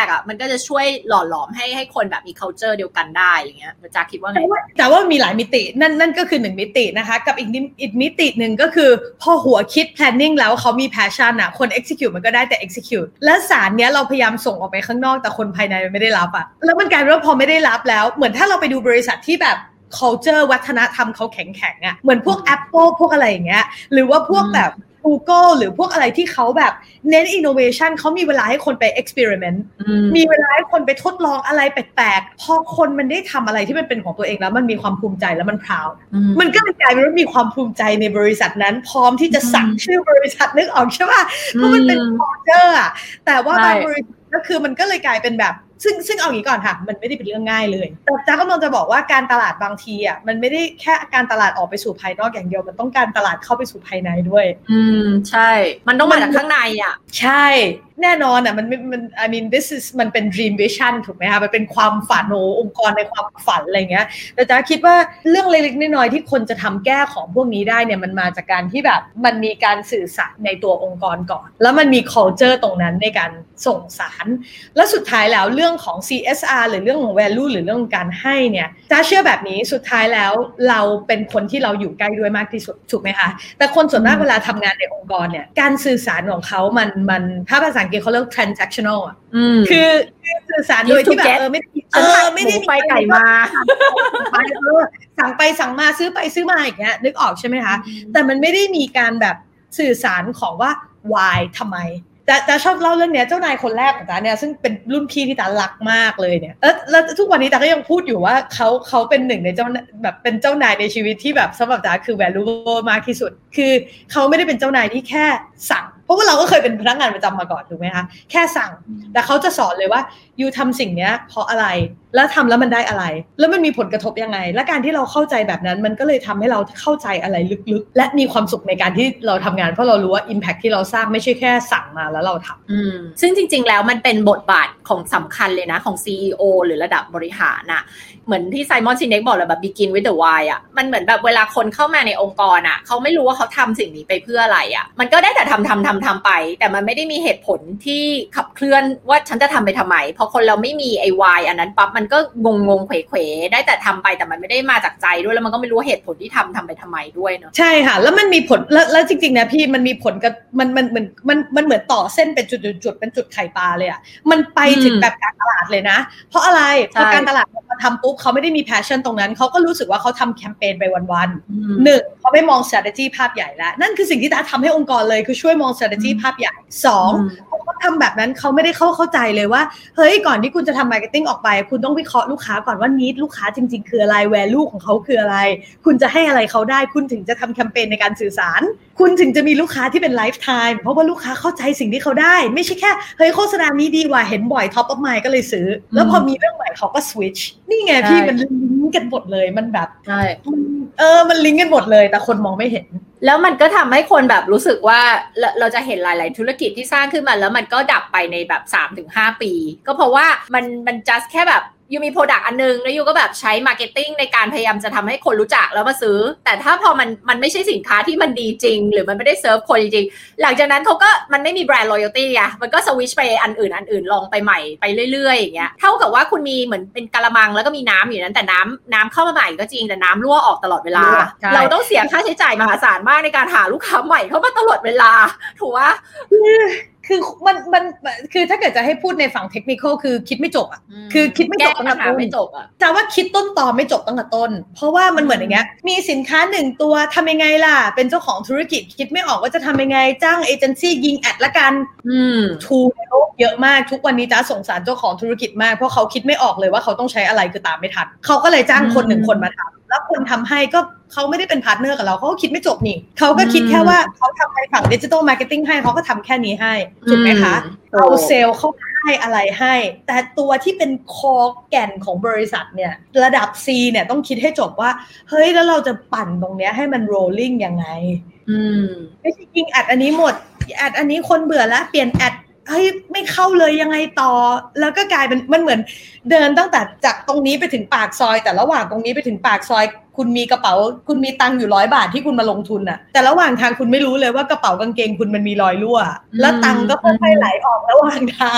ก็จะช่วยหล่อหลอมให้คนแบบมี culture เดียวกันได้อย่างเงี้ยจ๊ะคิดว่าไงแต่ว่ามีหลายมิตินั่นก็คือ1มิตินะคะกับอีกมิตินึงก็คือพอหัวคิด planning แล้วเขามี passion อ่ะคน execute มันก็ได้แต่ execute และสารเนี้ยเราพยายามส่งออกไปข้างนอกแต่คนภายในไม่ได้รับอ่ะแล้วมันกลายเป็นว่าพอไม่ได้รับแล้วเหมือนถ้าเราไปดูบริษัทที่แบบ culture วัฒนธรรมเขาแข็งๆอ่ะเหมือนพวก Apple พวกอะไรอย่างเงี้ยหรือว่าพวกแบบ Google หรือพวกอะไรที่เขาแบบเน้น innovation เขามีเวลาให้คนไป experiment มีเวลาให้คนไปทดลองอะไรแปลกๆพอคนมันได้ทำอะไรที่มันเป็นของตัวเองแล้วมันมีความภูมิใจแล้วมัน proud มันก็เลยกลายเป็นว่ามีความภูมิใจในบริษัทนั้นพร้อมที่จะสั่งชื่อบริษัทนึกออกใช่ป่ะเพราะมันเป็น culture อะแต่ว่าบางบริษัทก็คือมันก็เลยกลายเป็นแบบซึ่งเอาอย่างนี้ก่อนค่ะมันไม่ได้เป็นเรื่องง่ายเลยแต่จ๊ะกำลังจะบอกว่าการตลาดบางทีอ่ะมันไม่ได้แค่การตลาดออกไปสู่ภายนอกอย่างเดียวมันต้องการตลาดเข้าไปสู่ภายในด้วยใช่มันต้องมาจากข้างในอ่ะใช่แน่นอนอ่ะมัน I mean this is มันเป็น dream vision ถูกไหมคะมันเป็นความฝันโองค์กรในความฝันอะไรเงี้ยแต่จ๊ะคิดว่าเรื่องเล็กๆน้อยๆที่คนจะทำแก้ของพวกนี้ได้เนี่ยมันมาจากการที่แบบมันมีการสื่อสารในตัวองค์กรก่อนแล้วมันมี culture ตรงนั้นในการส่งสารและสุดท้ายแล้วเรื่องของ CSR หรือเรื่องของ value หรือเรื่องของการให้เนี่ยจ๊ะเชื่อแบบนี้สุดท้ายแล้วเราเป็นคนที่เราอยู่ใกล้ด้วยมากที่สุดถูกไหมคะแต่คนส่วนมากเวลาทำงานในองค์กรเนี่ยการสื่อสารของเขามันถ้าภาษาอังกฤษเขาเรียก transactional อ่ะคือสื่อสารโดยที่แบบไม่ได้มีไปไก่มาสั่งไปสั่งมาซื้อไปซื้อมาอย่างเงี้ยนึกออกใช่ไหมคะแต่มันไม่ได้มีการแบบสื่อสารของว่า why ทำไมจะชอบเล่าเรื่องเนี้ยเจ้านายคนแรกของจ๊ะเนี่ยซึ่งเป็นรุ่นพี่ที่จ๊ะรักมากเลยเนี่ยแล้วทุกวันนี้จ๊ะก็ยังพูดอยู่ว่าเขาเป็นหนึ่งในแบบเป็นเจ้านายในชีวิตที่แบบสำหรับจ๊ะคือ valuable มากที่สุดคือเขาไม่ได้เป็นเจ้านายที่แค่สั่งเพราะว่าเราก็เคยเป็นพนักงานประจำมาก่อนถูกไหมคะแค่สั่งแต่เขาจะสอนเลยว่ายูทำสิ่งเนี้ยเพราะอะไรแล้วทำแล้วมันได้อะไรแล้วมันมีผลกระทบยังไงและการที่เราเข้าใจแบบนั้นมันก็เลยทำให้เราเข้าใจอะไรลึกๆและมีความสุขในการที่เราทำงานเพราะเรารู้ว่า impact ที่เราสร้างไม่ใช่แค่สั่งมาแล้วเราทำซึ่งจริงๆแล้วมันเป็นบทบาทของสำคัญเลยนะของ CEO หรือระดับบริหารน่ะเหมือนที่ไซมอนซินเน็กบอกเลยแบบ begin with the why อ่ะมันเหมือนแบบเวลาคนเข้ามาในองค์กรอ่ะเขาไม่รู้ว่าเขาทำสิ่งนี้ไปเพื่ออะไรอ่ะมันก็ได้แต่ทำไปแต่มันไม่ได้มีเหตุผลที่ขับเคลื่อนว่าฉันจะทำไปทำไมพอคนเราไม่มีไอ้ why อันนั้นปั๊บมันก็งงเขวๆได้แต่ทำไปแต่มันไม่ได้มาจากใจด้วยแล้วมันก็ไม่รู้เหตุผลที่ทำไปทำไมด้วยเนาะใช่ค่ะแล้วมันมีผลแล้วจริงๆนะพี่มันมีผลกับมันเหมือนต่อเส้นเป็นจุดเป็นจุดไข่ปลาเลยอ่ะมันไปถึงแบบการตลาดเลยนะเพราะอะไรเพราะการตลาดมาทำปุ๊บเขาไม่ได้มี passion ตรงนั้นเขาก็รู้สึกว่าเขาทำแคมเปญไปวันๆหนึ่งเขาไม่มอง strategy ภาพใหญ่แล้วนั่นคือสิ่งที่ทำให้องค์กรเลยคือช่วยมอง strategy ภาพใหญ่สองเขาทำแบบนั้นเขาไม่ได้เข้าใจเลยว่าเฮ้ยก่อนที่คุณจะทำ marketing ออกไปคุณต้องวิเคราะห์ลูกค้าก่อนว่า need ลูกค้าจริงๆคืออะไร value ของเขาคืออะไรคุณจะให้อะไรเขาได้คุณถึงจะทำแคมเปญในการสื่อสารคุณถึงจะมีลูกค้าที่เป็น lifetime เพราะว่าลูกค้าเข้าใจสิ่งที่เขาได้ไม่ใช่แค่เฮ้ยโฆษณานี้ดีว่ะเห็นบ่อย top of mind ก็เลยซื้อแล้วพอมีเรื่องใหม่เขาก็ switch นี่ไงพี่มันลิงก์กันหมดเลยมันแบบมันลิงก์กันหมดเลยแต่คนมองไม่เห็นแล้วมันก็ทำให้คนแบบรู้สึกว่าเราจะเห็นหลายๆธุรกิจที่สร้างขึ้นมาแล้วมันก็ดับไปในแบบ 3-5 ปีก็เพราะว่ามัน just แค่แบบยูมีโปรดักต์อันนึงแล้วยูก็แบบใช้มาร์เก็ตติ้งในการพยายามจะทำให้คนรู้จักแล้วมาซื้อแต่ถ้าพอมันไม่ใช่สินค้าที่มันดีจริงหรือมันไม่ได้เซิร์ฟคนจริงๆหลังจากนั้นเขาก็มันไม่มีแบรนด์ loyalty อ่ะมันก็สวิชไปอันอื่นลองไปใหม่ไปเรื่อยๆอย่างเงี้ยเท่ากับว่าคุณมีเหมือนเป็นกะละมังแล้วก็มีน้ำอยู่นั้นแต่น้ำเข้ามาใหม่ก็จริงแต่น้ำรั่วออกตลอดเวลาเราต้องเสียค่าใช้จ่ายมหาศาลมากในการหาลูกค้าใหม่เข้ามาตลอดเวลาถูกปะคือมันคือถ้าเกิดจะให้พูดในฝั่งเทคนิคคือคิดไม่จบอ่ะคือคิดไม่จบตั้งแต่ต้นไม่จบอ่ะแต่ว่าคิดต้นตอไม่จบตั้งแต่ต้นเพราะว่ามันเหมือนอย่างเงี้ยมีสินค้า1ตัวทำยังไงล่ะเป็นเจ้าของธุรกิจคิดไม่ออกว่าจะทำยังไงจ้างเอเจนซี่ยิงแอดละกันทูในโลกเยอะมากทุกวันนี้จ้าสงสารเจ้าของธุรกิจมากเพราะเขาคิดไม่ออกเลยว่าเขาต้องใช้อะไรคือตามไม่ทันเขาก็เลยจ้างคน1คนมาทำแล้วคนทำให้ก็เขาไม่ได้เป็นพาร์ทเนอร์กับเราเขาก็คิดไม่จบนี่เขาก็คิดแค่ว่าเขาทำในฝั่งดิจิทัลมาร์เก็ตติ้งให้เขาก็ทำแค่นี้ให้ถูกไหมคะเอาเซลล์เข้าให้อะไรให้แต่ตัวที่เป็นคอแก่นของบริษัทเนี่ยระดับ C เนี่ยต้องคิดให้จบว่าเฮ้ยแล้วเราจะปั่นตรงเนี้ยให้มัน rolling ยังไงไม่ใช่ยิงแอดอันนี้หมดแอดอันนี้คนเบื่อแล้วเปลี่ยนแอดเฮ้ยไม่เข้าเลยยังไงต่อแล้วก็กลายเป็นมันเหมือนเดินตั้งแต่จากตรงนี้ไปถึงปากซอยแต่ระหว่างตรงนี้ไปถึงปากซอยคุณมีกระเป๋าคุณมีตังค์อยู่100 บาทที่คุณมาลงทุนน่ะแต่ระหว่างทางคุณไม่รู้เลยว่ากระเป๋ากางเกงคุณมันมีรอยรั่วแล้วตังค์ก็ค่อยๆไหลออกระหว่างทาง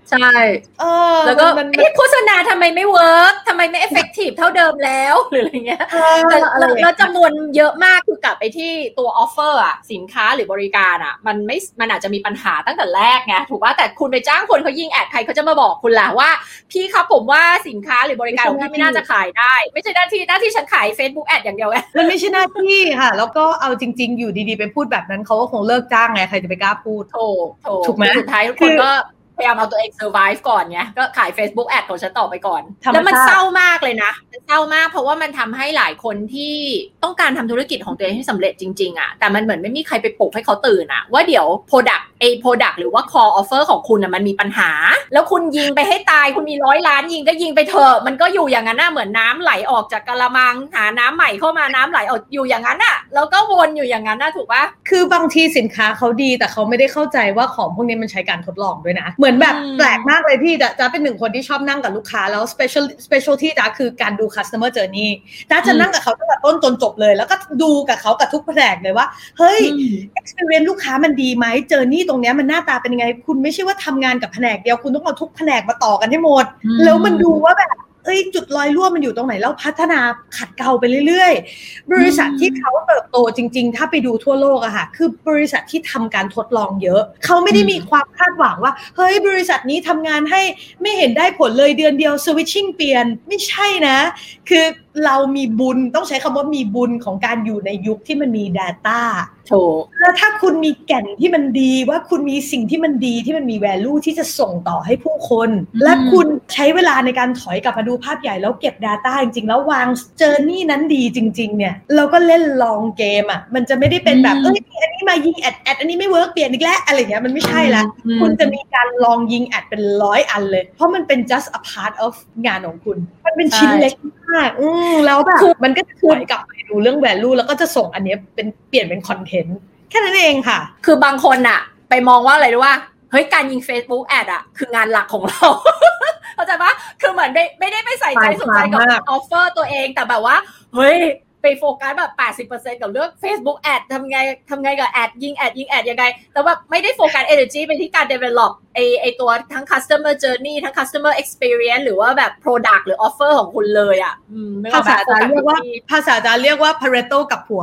ใช่แล้วก็โฆษณาทำไมไม่เวิร์กทำไมไม่เอฟเฟกตีฟเท่าเดิมแล้วหรืออะไรเงี้ยแล้วจำนวนเยอะมากคือกลับไปที่ตัวออฟเฟอร์อ่ะสินค้าหรือบริการอ่ะมันอาจจะมีปัญหาตั้งแต่แรกไงถูกป่ะแต่คุณไปจ้างคนเขายิงแอดใครเขาจะมาบอกคุณล่ะว่าพี่ครับผมว่าสินค้าหรือบริการของพี่ไม่น่าจะขายได้ไม่ใช่หน้าที่ฉันขาย Facebook แอดอย่างเดียวไงมันไม่ใช่หน้าที่ค่ะแล้วก็เอาจริงๆอยู่ดีๆไปพูดแบบนั้นเขาก็คงเลิกจ้างไงใครจะไปกล้าพูดถูกไหมสุดท้ายทุกคนก็พยายามเอาตัวเอง survive ก่อนไงก็ขาย Facebook Ad ของฉันต่อไปก่อนแล้วมันเศร้ามากเลยนะมันเศร้ามากเพราะว่ามันทำให้หลายคนที่ต้องการทำธุรกิจของตัวเองให้สำเร็จจริงๆอ่ะแต่มันเหมือนไม่มีใครไปปลุกให้เขาตื่นอ่ะว่าเดี๋ยว product หรือว่า core offer ของคุณอ่ะมันมีปัญหาแล้วคุณยิงไปให้ตายคุณมี100 ล้านยิงก็ยิงไปเถอะมันก็อยู่อย่างนั้นน่ะเหมือนน้ำไหลออกจากกะละมังหาน้ำใหม่เข้ามาน้ำไหลออกอยู่อย่างนั้นน่ะแล้วก็วนอยู่อย่างนั้นน่ะถูกป่ะคือบางทีสินค้าเขาดีแต่เขาไม่ได้เข้าใจว่าของพวกนี้มันใช้การทดลองด้วยนะเหมือนแบบแปลกมากเลยพี่จ๊ะเป็นหนึ่งคนที่ชอบนั่งกับลูกค้าแล้ว specialty จ๊ะคือการดู customer journey จ๊ะจะนั่งกับเขาตั้งแต่ต้นจนจบเลยแล้วก็ดูกับเขากับทุกแผนกเลยว่าเฮ้ย experience ลูกค้ามันดีไหม journey ตรงนี้มันหน้าตาเป็นยังไงคุณไม่ใช่ว่าทำงานกับแผนกเดียวคุณต้องเอาทุกแผนกมาต่อกันให้หมดแล้วมันดูว่าแบบจุดรอยรั่วมันอยู่ตรงไหนแล้วพัฒนาขัดเกลาไปเรื่อยๆบริษัทที่เขาเติบโตจริงๆถ้าไปดูทั่วโลกอะค่ะคือบริษัทที่ทำการทดลองเยอะเขาไม่ได้มีความคาดหวังว่าเฮ้ยบริษัทนี้ทำงานให้ไม่เห็นได้ผลเลยเดือนเดียว switching เปลี่ยนไม่ใช่นะคือเรามีบุญต้องใช้คำว่ามีบุญของการอยู่ในยุคที่มันมี data แล้วถ้าคุณมีแก่นที่มันดีว่าคุณมีสิ่งที่มันดีที่มันมี value ที่จะส่งต่อให้ผู้คนและคุณใช้เวลาในการถอยกลับมาดูภาพใหญ่แล้วเก็บ data จริงๆแล้ววาง journey นั้นดีจริงๆเนี่ยเราก็เล่น long game อ่ะมันจะไม่ได้เป็นแบบอันนี้มายิงแอดอันนี้ไม่เวิร์กเปลี่ยนอีกแล้วอะไรเงี้ยมันไม่ใช่ละคุณจะมีการลองยิงแอดเป็น100 อันเลยเพราะมันเป็น just a part of งานของคุณมันเป็นชิ้นเล็กมากแล้วแบบมันก็จะถอยกลับไปดูเรื่อง value แล้วก็จะส่งอันนี้เป็นเปลี่ยนเป็นคอนเทนต์แค่นั้นเองค่ะคือบางคนอะไปมองว่าอะไรรู้ว่าเฮ้ยการยิง Facebook Ad อะคืองานหลักของเรา เข้าใจปะคือเหมือนไม่ได้ไปใส่ใจสนใจกับออฟเฟอร์ตัวเองแต่แบบว่าเฮ้ยไปโฟกัสแบบ 80% กับเรื่อง Facebook Ad ทำไงกับแอดยิงแอดยังไงแต่ว่าไม่ได้โฟกัส energy ไปที่การ develop ไอตัวทั้ง customer journey ทั้ง customer experience หรือว่าแบบ product หรือ offer ของคุณเลยอ่ะภาษาจารย์เรียกว่า Pareto กับผัว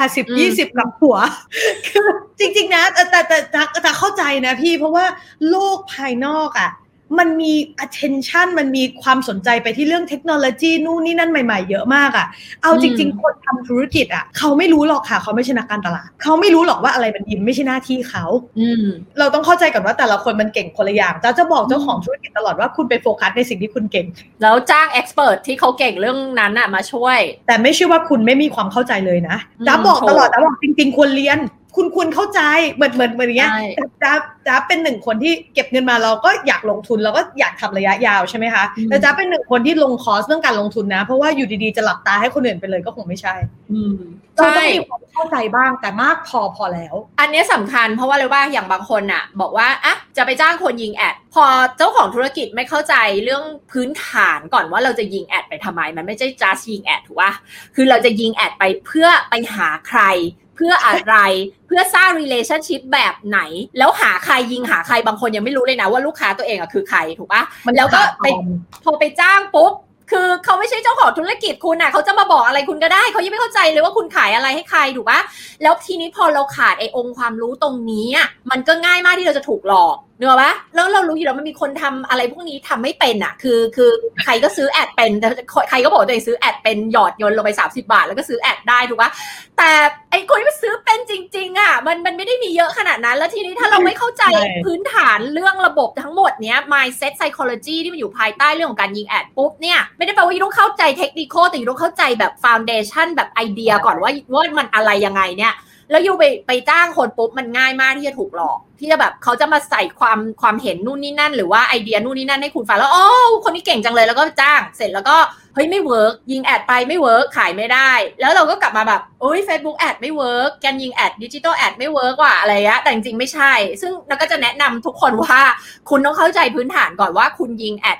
80-20 กับผัวคือจริงๆนะแต่เข้าใจนะพี่เพราะว่าโลกภายนอกอ่ะมันมี attention มันมีความสนใจไปที่เรื่องเทคโนโลยีนู่นนี่นั่นใหม่ๆเยอะมากอ่ะเอาจริงๆคนทำธุรกิจอ่ะเขาไม่รู้หรอกค่ะเขาไม่ใช่นักการตลาดเขาไม่รู้หรอกว่าอะไรมันดีไม่ใช่หน้าที่เขาเราต้องเข้าใจก่อนว่าแต่ละคนมันเก่งคนละอย่างจะบอกเจ้าของธุรกิจตลอดว่าคุณไปโฟกัสในสิ่งที่คุณเก่งแล้วจ้าง expert ที่เขาเก่งเรื่องนั้นอ่ะมาช่วยแต่ไม่ใช่ว่าคุณไม่มีความเข้าใจเลยนะจะบอกตลอดจะบอกจริงๆควรเรียนคุณเข้าใจเหมือนอย่างเงี้ยจ๊าเป็นหนึ่งคนที่เก็บเงินมาเราก็อยากลงทุนเราก็อยากทำระยะยาวใช่ไหมคะแต่จ๊าเป็นหนึ่งคนที่ลงคอร์สเรื่องการลงทุนนะเพราะว่าอยู่ดีๆจะหลับตาให้คนอื่นไปเลยก็คงไม่ใช่เราต้องมีความเข้าใจบ้างแต่มากพอแล้วอันนี้สำคัญเพราะว่าเลยว่าอย่างบางคนอ่ะบอกว่าอ่ะจะไปจ้างคนยิงแอดพอเจ้าของธุรกิจไม่เข้าใจเรื่องพื้นฐานก่อนว่าเราจะยิงแอดไปทำไมมันไม่ใช่ just ยิงแอดถูกป่ะคือเราจะยิงแอดไปเพื่อไปหาใครเพื่ออะไรเพื่อสร้าง relationship แบบไหนแล้วหาใครยิงหาใครบางคนยังไม่รู้เลยนะว่าลูกค้าตัวเองอะคือใครถูกปะแล้วก็ไปพอไปจ้างปุ๊บคือเขาไม่ใช่เจ้าของธุรกิจคุณน่ะเขาจะมาบอกอะไรคุณก็ได้เขายังไม่เข้าใจเลยว่าคุณขายอะไรให้ใครถูกปะแล้วทีนี้พอเราขาดไอ้องค์ความรู้ตรงนี้มันก็ง่ายมากที่เราจะถูกหลอกเนอะปะแล้วเรารู้อยู่แล้วมันมีคนทำอะไรพวกนี้ทำไม่เป็นอ่ะคือใครก็ซื้อแอดเป็นใครก็บอกตัวเองซื้อแอดเป็นหยอดเงินลงไป30 บาทแล้วก็ซื้อแอดได้ถูกปะแต่ไอ้คนที่ซื้อเป็นจริงๆอ่ะมันไม่ได้มีเยอะขนาดนั้นแล้วทีนี้ถ้าเราไม่เข้าใจพื้นฐานเรื่องระบบทั้งหมดเนี้ย mindset psychology ที่มันอยู่ภายใต้เรื่องของการยิงแอดปุ๊บเนี่ยไม่ได้แปลว่าต้องเข้าใจเทคนิคแต่ต้องเข้าใจแบบ foundation แบบไอเดียก่อนว่ามันอะไรยังไงเนี่ยแล้วอยู่ไปจ้างคนปุ๊บมันง่ายมากที่จะถูกหลอกที่จะแบบเขาจะมาใส่ความเห็นนู่นนี่นั่นหรือว่าไอเดียนู่นนี่นั่นให้คุณฟังแล้วอ๋อคนนี้เก่งจังเลยแล้วก็จ้างเสร็จแล้วก็เฮ้ยไม่เวิร์กยิงแอดไปไม่เวิร์กขายไม่ได้แล้วเราก็กลับมาแบบโอ้ย Facebook แอดไม่เวิร์กการยิงแอดดิจิตอลแอดไม่เวิร์กว่ะอะไรเงี้ยแต่จริงๆไม่ใช่ซึ่งเราก็จะแนะนำทุกคนว่าคุณต้องเข้าใจพื้นฐานก่อนว่าคุณยิงแอดเนี่ย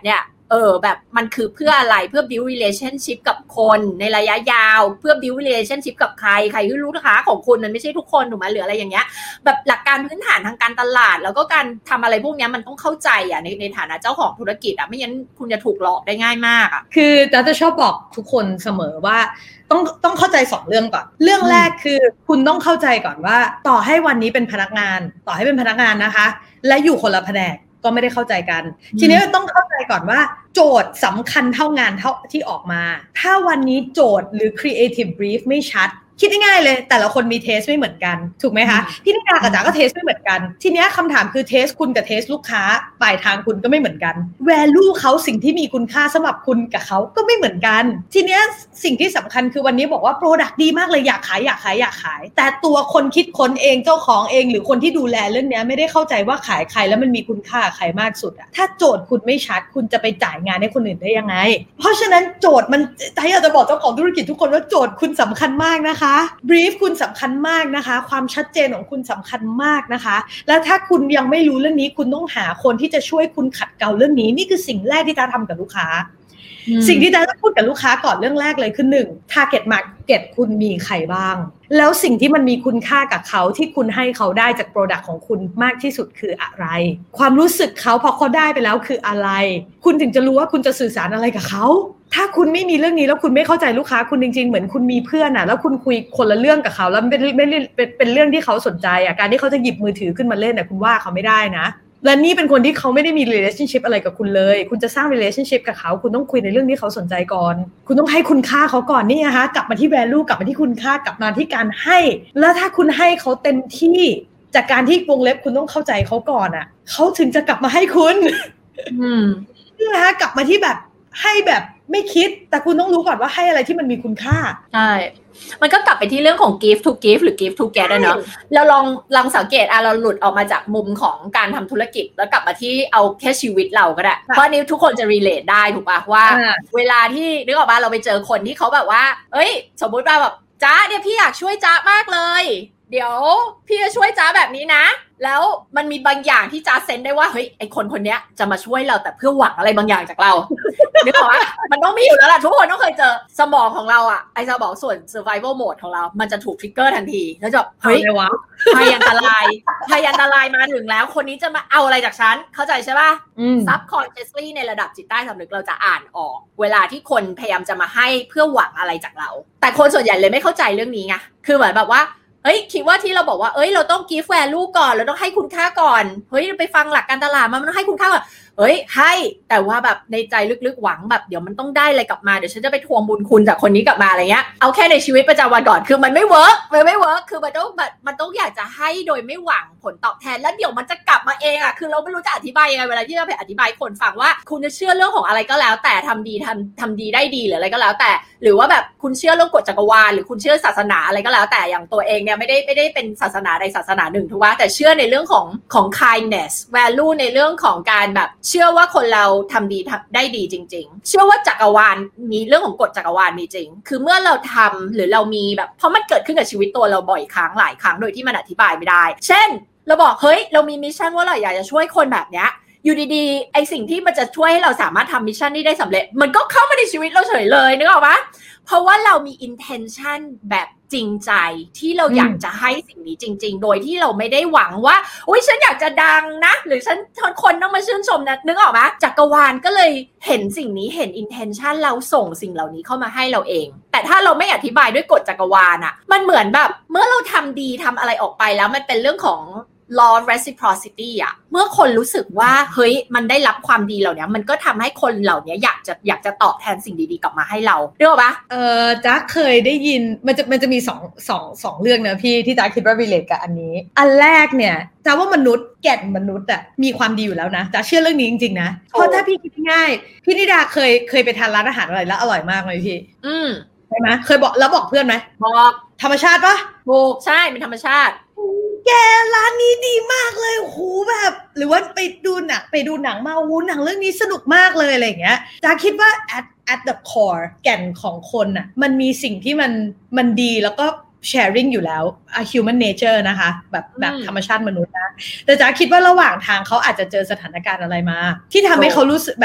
แบบมันคือเพื่ออะไรเพื่อ build relationship กับคนในระยะยาวเพื่อ build relationship กับใครที่รู้นะคะของคุณมันไม่ใช่ทุกคนถูกไหมหรืออะไรอย่างเงี้ยแบบหลักการพื้นฐานทางการตลาดแล้วก็การทำอะไรพวกนี้มันต้องเข้าใจในฐานะเจ้าของธุรกิจไม่งั้นคุณจะถูกหลอกได้ง่ายมากคือจะชอบบอกทุกคนเสมอว่าต้องเข้าใจ2เรื่องก่อนเรื่องแรกคือคุณต้องเข้าใจก่อนว่าต่อให้วันนี้เป็นพนักงานต่อให้เป็นพนักงานนะคะและอยู่คนละแผนกก็ไม่ได้เข้าใจกันทีนี้ต้องเข้าใจก่อนว่าโจทย์สำคัญเท่างานเท่าที่ออกมาถ้าวันนี้โจทย์หรือ creative brief ไม่ชัดคิดง่ายๆเลยแต่ละคนมีเทสไม่เหมือนกันถูกไหมคะพี่นิดากับจ๋าก็เทสไม่เหมือนกันทีนี้คำถามคือเทสคุณกับเทสลูกค้าปลายทางคุณก็ไม่เหมือนกัน value เขาสิ่งที่มีคุณค่าสำหรับคุณกับเขาก็ไม่เหมือนกันทีนี้สิ่งที่สำคัญคือวันนี้บอกว่า product ดีมากเลยอยากขายแต่ตัวคนคิดค้นเองเจ้าของเองหรือคนที่ดูแลเรื่องนี้ไม่ได้เข้าใจว่าขายใครแล้วมันมีคุณค่าใครมากสุดถ้าโจทย์คุณไม่ชัดคุณจะไปจ่ายงานให้คนอื่นได้ยังไงเพราะฉะนั้นโจทย์มันใจอยากจะบอกเจ้าของธุรกิจทุกคนว่าโจทย์คุณสำคัญมากนะคะbrief คุณสำคัญมากนะคะความชัดเจนของคุณสำคัญมากนะคะแล้วถ้าคุณยังไม่รู้เรื่องนี้คุณต้องหาคนที่จะช่วยคุณขัดเกลาเรื่องนี้นี่คือสิ่งแรกที่จะทำกับลูกค้าสิ่งที่จะพูดกับลูกค้าก่อนเรื่องแรกเลยคือ 1 target market คุณมีใครบ้างแล้วสิ่งที่มันมีคุณค่ากับเขาที่คุณให้เขาได้จาก product ของคุณมากที่สุดคืออะไรความรู้สึกเขาพอเขาได้ไปแล้วคืออะไรคุณถึงจะรู้ว่าคุณจะสื่อสารอะไรกับเขาถ้าคุณไม่มีเรื่องนี้แล้วคุณไม่เข้าใจลูกค้าคุณจริงๆเหมือนคุณมีเพื่อนแล้วคุณคุยคนละเรื่องกับเขาแล้วไม่เป็นเรื่องที่เขาสนใจการที่เขาจะหยิบมือถือขึ้นมาเล่นคุณว่าเขาไม่ได้นะและนี่เป็นคนที่เขาไม่ได้มี relationship อะไรกับคุณเลยคุณจะสร้าง relationship กับเขาคุณต้องคุยในเรื่องที่เขาสนใจก่อนคุณต้องให้คุณค่าเขาก่อนนี่นะคะกลับมาที่ value กลับมาที่คุณค่ากลับมาที่การให้แล้วถ้าคุณให้เขาเต็มที่จากการที่วงเล็บคุณต้องเข้าใจเขาก่อนเขาถึงจะกลับมาให้คุณนี่นะคะกลับมาที่แบบให้แบบไม่คิดแต่คุณต้องรู้ก่อนว่าให้อะไรที่มันมีคุณค่าใช่มันก็กลับไปที่เรื่องของ give to give หรือ give to get เนาะเราลองสังเกตเราหลุดออกมาจากมุมของการทำธุรกิจแล้วกลับมาที่เอาแค่ชีวิตเราก็ได้เพราะนี้ทุกคนจะ relate ได้ถูกป่ะว่าเวลาที่นึกออกมาเราไปเจอคนที่เขาแบบว่าเอ้ยสมมุติว่าแบบจ๊ะเนี่ยพี่อยากช่วยจ๊ะมากเลยเดี๋ยวพี่จะช่วยจ๊ะแบบนี้นะแล้วมันมีบางอย่างที่จ๊ะเซนได้ว่าเฮ้ยไอคนเนี้ยจะมาช่วยเราแต่เพื่อหวังอะไรบางอย่างจากเรานึกออกว่ามันต้องมีอยู่แล้วล่ะทุกคนต้องเคยเจอสมองของเราไอสมองส่วน survival mode ของเรามันจะถูกทริกเกอร์ทันทีแล้วจะเฮ้ยภัยอันตรายมาถึงแล้วคนนี้จะมาเอาอะไรจากฉันเข้าใจใช่ป่ะ subconsciously ในระดับจิตใต้สำนึกเราจะอ่านออกเวลาที่คนพยายามจะมาให้เพื่อหวังอะไรจากเราแต่คนส่วนใหญ่เลยไม่เข้าใจเรื่องนี้ไงคือเหมือนแบบว่าคิดว่าที่เราบอกว่าเราต้อง give value ก่อนเราต้องให้คุณค่าก่อนไปฟังหลักการตลาดมันต้องให้คุณค่าก่อนให้แต่ว่าแบบในใจลึกๆหวังแบบเดี๋ยวมันต้องได้อะไรกลับมาเดี๋ยวฉันจะไปทวงบุญคุณจากคนนี้กลับมาอะไรเงี้ยเอาแค่ในชีวิตประจำวันก่อนคือมันไม่เวิร์กคือมันต้องอยากจะให้โดยไม่หวังผลตอบแทนแล้วเดี๋ยวมันจะกลับมาเองคือเราไม่รู้จะอธิบายยังไงเวลาที่เราไปอธิบายคนฟังว่าคุณจะเชื่อเรื่องของอะไรก็แล้วแต่ทำดีได้ดีหรืออะไรก็แล้วแต่หรือว่าแบบคุณเชื่อเรื่องกฎจักรวาลหรือคุณเชื่อศาสนาอะไรก็แล้วแต่อย่างตัวเองเนี่ยไม่ได้เป็นศาสนาใดศาสนาหนึ่งถูกป่ะแต่เชื่อในเรื่องของ kindness value ในเรื่องของการแบบเชื่อว่าคนเราทำดีได้ดีจริงๆเชื่อว่าจักรวาลมีเรื่องของกฎจักรวาลมีจริงคือเมื่อเราทำหรือเรามีแบบเพราะมันเกิดขึ้นกับชีวิตตัวเราบ่อยครั้งหลายครั้งโดยที่มันอธิบายไม่ได้เช่นเราบอกเฮ้ยเรามีมิชชั่นว่าเราอยากจะช่วยคนแบบเนี้ยอยู่ดีๆไอสิ่งที่มันจะช่วยให้เราสามารถทำมิชชั่นนี้ได้สำเร็จมันก็เข้ามาในชีวิตเราเฉยเลยนึกออกปะเพราะว่าเรามี intention แบบจริงใจที่เราอยากจะให้สิ่งนี้จริงๆโดยที่เราไม่ได้หวังว่าฉันอยากจะดังนะหรือคนต้องมาชื่นชมนะนึกออกไหมจักรวาลก็เลยเห็นสิ่งนี้เห็น intention เราส่งสิ่งเหล่านี้เข้ามาให้เราเองแต่ถ้าเราไม่อธิบายด้วยกฎจักรวาลมันเหมือนแบบเมื่อเราทำดีทำอะไรออกไปแล้วมันเป็นเรื่องของ law of reciprocity เมื่อคนรู้สึกว่าเฮ้ยมันได้รับความดีเหล่านี้มันก็ทำให้คนเหล่านี้อยากจะตอบแทนสิ่งดีๆกลับมาให้เราเรียกว่าปะจ๊ะเคยได้ยินมันจะมีสองเรื่องนะพี่ที่จ๊ะคิดว่า relate กับอันนี้อันแรกเนี่ยจ๊ะว่ามนุษย์แก่นมนุษย์มีความดีอยู่แล้วนะจ๊ะเชื่อเรื่องนี้จริงๆนะเพราะถ้าพี่คิดง่ายพี่นิดาเคยไปทานร้านอาหารอะไรแล้วอร่อยมากเลยพี่ใช่ไหมเคยบอกเพื่อนไหมบอกธรรมชาติปะบอกใช่เป็นธรรมชาติแกร้านนี้ดีมากเลยโอ้โหแบบหรือว่าไปดูหนังมาโอ้โหหนังเรื่องนี้สนุกมากเลยอะไรอย่างเงี้ยจ๊ะคิดว่า at the core แก่นของคนมันมีสิ่งที่มันดีแล้วก็ sharing อยู่แล้วhuman nature นะคะแบบธรรมชาติมนุษย์นะแต่จ๊ะคิดว่าระหว่างทางเขาอาจจะเจอสถานการณ์อะไรมาที่ทำให้เขารู้สึกแบบ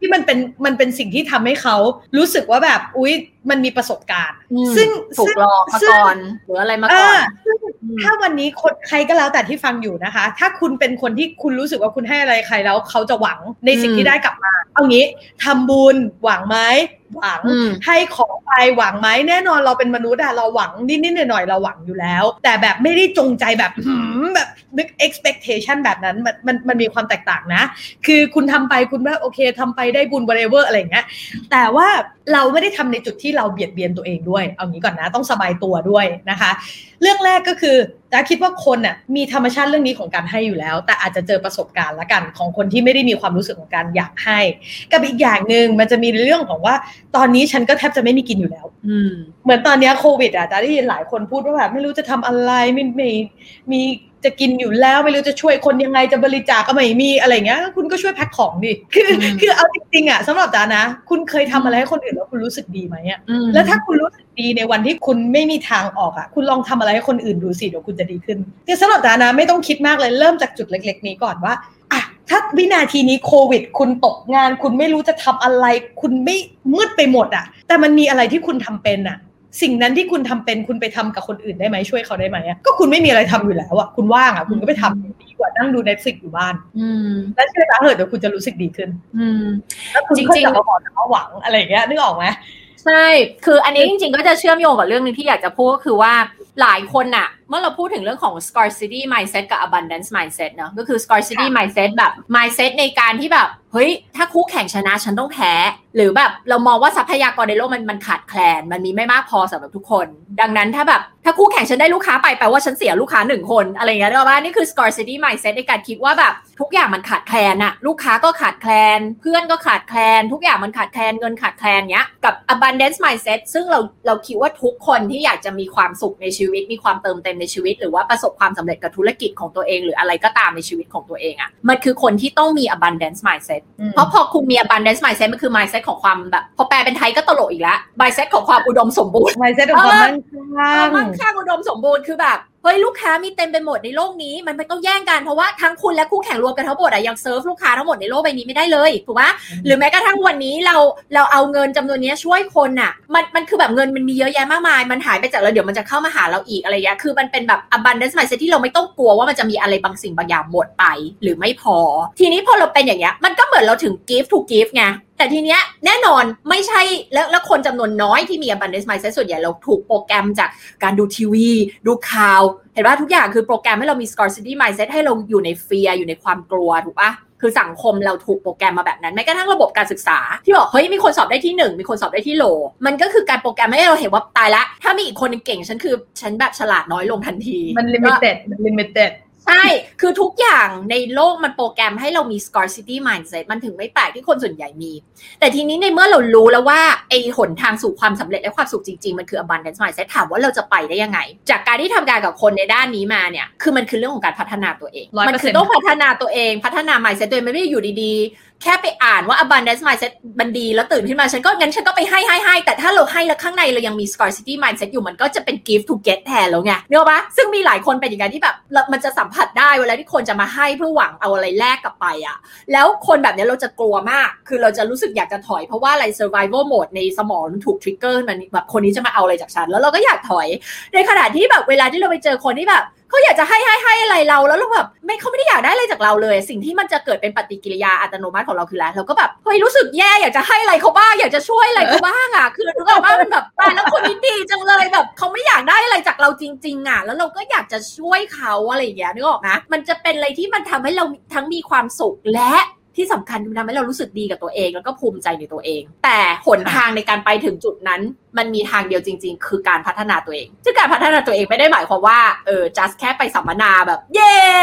ที่มันเป็นสิ่งที่ทำให้เขารู้สึกว่าแบบอุ๊ยมันมีประสบการณ์ซึ่งถูกหลอกมาก่อนหรืออะไรมาก่อนถ้าวันนี้คนใครก็แล้วแต่ที่ฟังอยู่นะคะถ้าคุณเป็นคนที่คุณรู้สึกว่าคุณให้อะไรใครแล้วเขาจะหวังในสิ่งที่ได้กลับมาเอางี้ทำบุญหวังไหมหวังให้ของไปหวังไหมแน่นอนเราเป็นมนุษย์อะเราหวังนิดๆหน่อยๆเราหวังอยู่แล้วแต่แบบไม่ได้จงใจแบบแบบนึก expectation แบบนั้นมันมีความแตกต่างนะคือคุณทำไปคุณว่าโอเคทำไปได้บุญ whatever อะไรอย่างเงี้ยแต่ว่าเราไม่ได้ทำในจุดที่เราเบียดเบียนตัวเองด้วยเอางี้ก่อนนะต้องสบายตัวด้วยนะคะเรื่องแรกก็คือจ๊ะคิดว่าคนน่ะมีธรรมชาติเรื่องนี้ของการให้อยู่แล้วแต่อาจจะเจอประสบการณ์ละกันของคนที่ไม่ได้มีความรู้สึกของการอยากให้กับอีกอย่างนึงมันจะมีเรื่องของว่าตอนนี้ฉันก็แทบจะไม่มีกินอยู่แล้วเหมือนตอนนี้โควิดอ่ะจ๊ะได้ยินหลายคนพูดว่าแบบไม่รู้จะทำอะไรไม่มีจะกินอยู่แล้วไม่รู้จะช่วยคนยังไงจะบริจาคก็ไม่มีอะไรเงี้ยคุณก็ช่วยแพ็คของดิคือเอาจริงๆอ่ะสำหรับจ๊ะนะคุณเคยทำอะไรให้คนอื่นแล้วคุณรู้สึกดีไหมอ่ะแล้วถ้าคุณรู้สึกดีในวันที่คุณไม่มีทางออกอ่ะคุณลองทำอะไรให้คนอื่นดูสิเดี๋ยวคุณจะดีขึ้นคือสำหรับจ๊ะนะไม่ต้องคิดมากเลยเริ่มจากจุดเล็กๆนี้ก่อนว่าอ่ะถ้าวินาทีนี้โควิดคุณตกงานคุณไม่รู้จะทำอะไรคุณไม่มืดไปหมดอ่ะแต่มันมีอะไรที่คุณทำเป็นอ่ะสิ่งนั้นที่คุณทำเป็นคุณไปทำกับคนอื่นได้ไหมช่วยเขาได้ไหมก็คุณไม่มีอะไรทำอยู่แล้วอ่ะคุณว่างอ่ะคุณก็ไปทำดีกว่านั่งดู Netflix อยู่บ้านแล้วเชื่อจ๊ะเดี๋ยวคุณจะรู้สึกดีขึ้นแล้วคุณก็จะมาบอกนะว่าหวังอะไรอย่างเงี้ยนึกออกไหมใช่คืออันนี้จริงๆก็จะเชื่อมโยงกับเรื่องนึงที่อยากจะพูดก็คือว่าหลายคนน่ะเมื่อเราพูดถึงเรื่องของ scarcity mindset กับ abundance mindset เนอะก็คือ scarcity mindset แบบ mindset ในการที่แบบเฮ้ยถ้าคู่แข่งชนะฉันต้องแพ้หรือแบบเรามองว่าทรัพยากรในโลกมันขาดแคลนมันมีไม่มากพอสำหรับทุกคนดังนั้นถ้าคู่แข่งฉันได้ลูกค้าไปแปลว่าฉันเสียลูกค้า1คนอะไรอย่างเงี้ยได้ป่ะนี่คือ scarcity mindset ในการคิดว่าแบบทุกอย่างมันขาดแคลนอะลูกค้าก็ขาดแคลนเพื่อนก็ขาดแคลนทุกอย่างมันขาดแคลนเงินขาดแคลนเงี้ยกับ abundance mindset ซึ่งเราคิดว่าทุกคนที่อยากจะมีความสุขในชีวิตมีความเติมเต็มในชีวิตหรือว่าประสบความสำเร็จกับธุรกิจของตัวเองหรืออะไรก็ตามในชีวิตของตัวเองอะมันคือคนที่ต้องมี abundance mindset เพราะพอคุณมี abundance mindset มันคือ mindset ของความแบบพอแปลเป็นไทยก็ตลกอีกแล้ว mindset ของความอุดมสมบูรณ์ mindset ของความมั่งคั่งอุดมสมบูรณ์คือแบบเฮ้ยลูกค้ามีเต็มไปหมดในโลกนี้มันไม่ต้องแย่งกันเพราะว่าทั้งคุณและคู่แข่งรวมกันทั้งหมดยังเซิร์ฟลูกค้าทั้งหมดในโลกใบนี้ไม่ได้เลยถูกปะหรือแม้กระทั่งวันนี้เราเอาเงินจำนวนนี้ช่วยคนน่ะมันคือแบบเงินมันมีเยอะแยะมากมายมันหายไปจากเราเดี๋ยวมันจะเข้ามาหาเราอีกอะไรอย่างเงี้ยคือมันเป็นแบบ abundance mindset ที่เราไม่ต้องกลัวว่ามันจะมีอะไรบางสิ่งบางอย่างหมดไปหรือไม่พอทีนี้พอเราเป็นอย่างเงี้ยมันก็เหมือนเราถึง give to give ไงแต่ทีเนี้ยแน่นอนไม่ใช่แล้วคนจำนวนน้อยที่มี abundance mindset ส่วนใหญ่เราถูกโปรแกรมจากการดูทีวีดูข่าวเห็นว่าทุกอย่างคือโปรแกรมให้เรามี scarcity mindset ให้เราอยู่ใน fear อยู่ในความกลัวถูกปะคือสังคมเราถูกโปรแกรมมาแบบนั้นแม้กระทั่งระบบการศึกษาที่บอกเฮ้ยมีคนสอบได้ที่1มีคนสอบได้ที่โหลมันก็คือการโปรแกรมให้เราเห็นว่าตายละถ้ามีอีกคนนึงเก่งฉันแบบฉลาดน้อยลงทันทีมัน limited ใช่คือทุกอย่างในโลกมันโปรแกรมให้เรามี scarcity mindset มันถึงไม่แปลกที่คนส่วนใหญ่มีแต่ทีนี้ในเมื่อเรารู้แล้วว่าไอ้หนทางสู่ความสำเร็จและความสุขจริงๆมันคือ abundance mindset ถามว่าเราจะไปได้ยังไงจากการที่ทำงานกับคนในด้านนี้มาเนี่ยคือมันคือเรื่องของการพัฒนาตัวเองมันคือต้องพัฒนาตัวเองพัฒนา mindset ตัวเองไม่ได้อยู่ดีๆแค่ไปอ่านว่า abundance mindset มันดีแล้วตื่นขึ้นมาฉันก็ไปให้แต่ถ้าเราให้แล้วข้างในเรายังมี scarcity mindset อยู่มันก็จะเป็น give to get แทนแล้วไงนึกออกปะซึ่งมีหลายคนเป็นอย่างนั้นที่แบบมันจะสัมผัสได้เวลาที่คนจะมาให้เพื่อหวังเอาอะไรแลกกลับไปอ่ะแล้วคนแบบนี้เราจะกลัวมากคือเราจะรู้สึกอยากจะถอยเพราะว่าอะไร survival mode ในสมองถูก trigger มันแบบคนนี้จะมาเอาอะไรจากฉันแล้วเราก็อยากถอยในขณะที่แบบเวลาที่เราไปเจอคนที่แบบเขาอยากจะให้อะไรเราแล้วเราแบบเขาไม่ได้อยากได้อะไรจากเราเลยสิ่งที่มันจะเกิดเป็นปฏิกิริยาอัตโนมัติของเราคืออะไรเราก็แบบเฮ้ยรู้สึกแย่อยากจะให้อะไรเขาบ้างอยากจะช่วยอะไรเขาบ้างอ่ะคือรู้สึกว่ามันแบบตายแล้วคนนี้ดีจังเลยแบบเขาไม่อยากได้อะไรจากเราจริงๆอ่ะแล้วเราก็อยากจะช่วยเขาอะไรอย่างเงี้ยนึกออกนะมันจะเป็นอะไรที่มันทำให้เราทั้งมีความสุขและที่สำคัญคือทำให้เรารู้สึกดีกับตัวเองแล้วก็ภูมิใจในตัวเองแต่หนทางในการไปถึงจุดนั้นมันมีทางเดียวจริงๆคือการพัฒนาตัวเองซึ่งการพัฒนาตัวเองไม่ได้หมายความว่าjust แค่ไปสัมมนาแบบเย้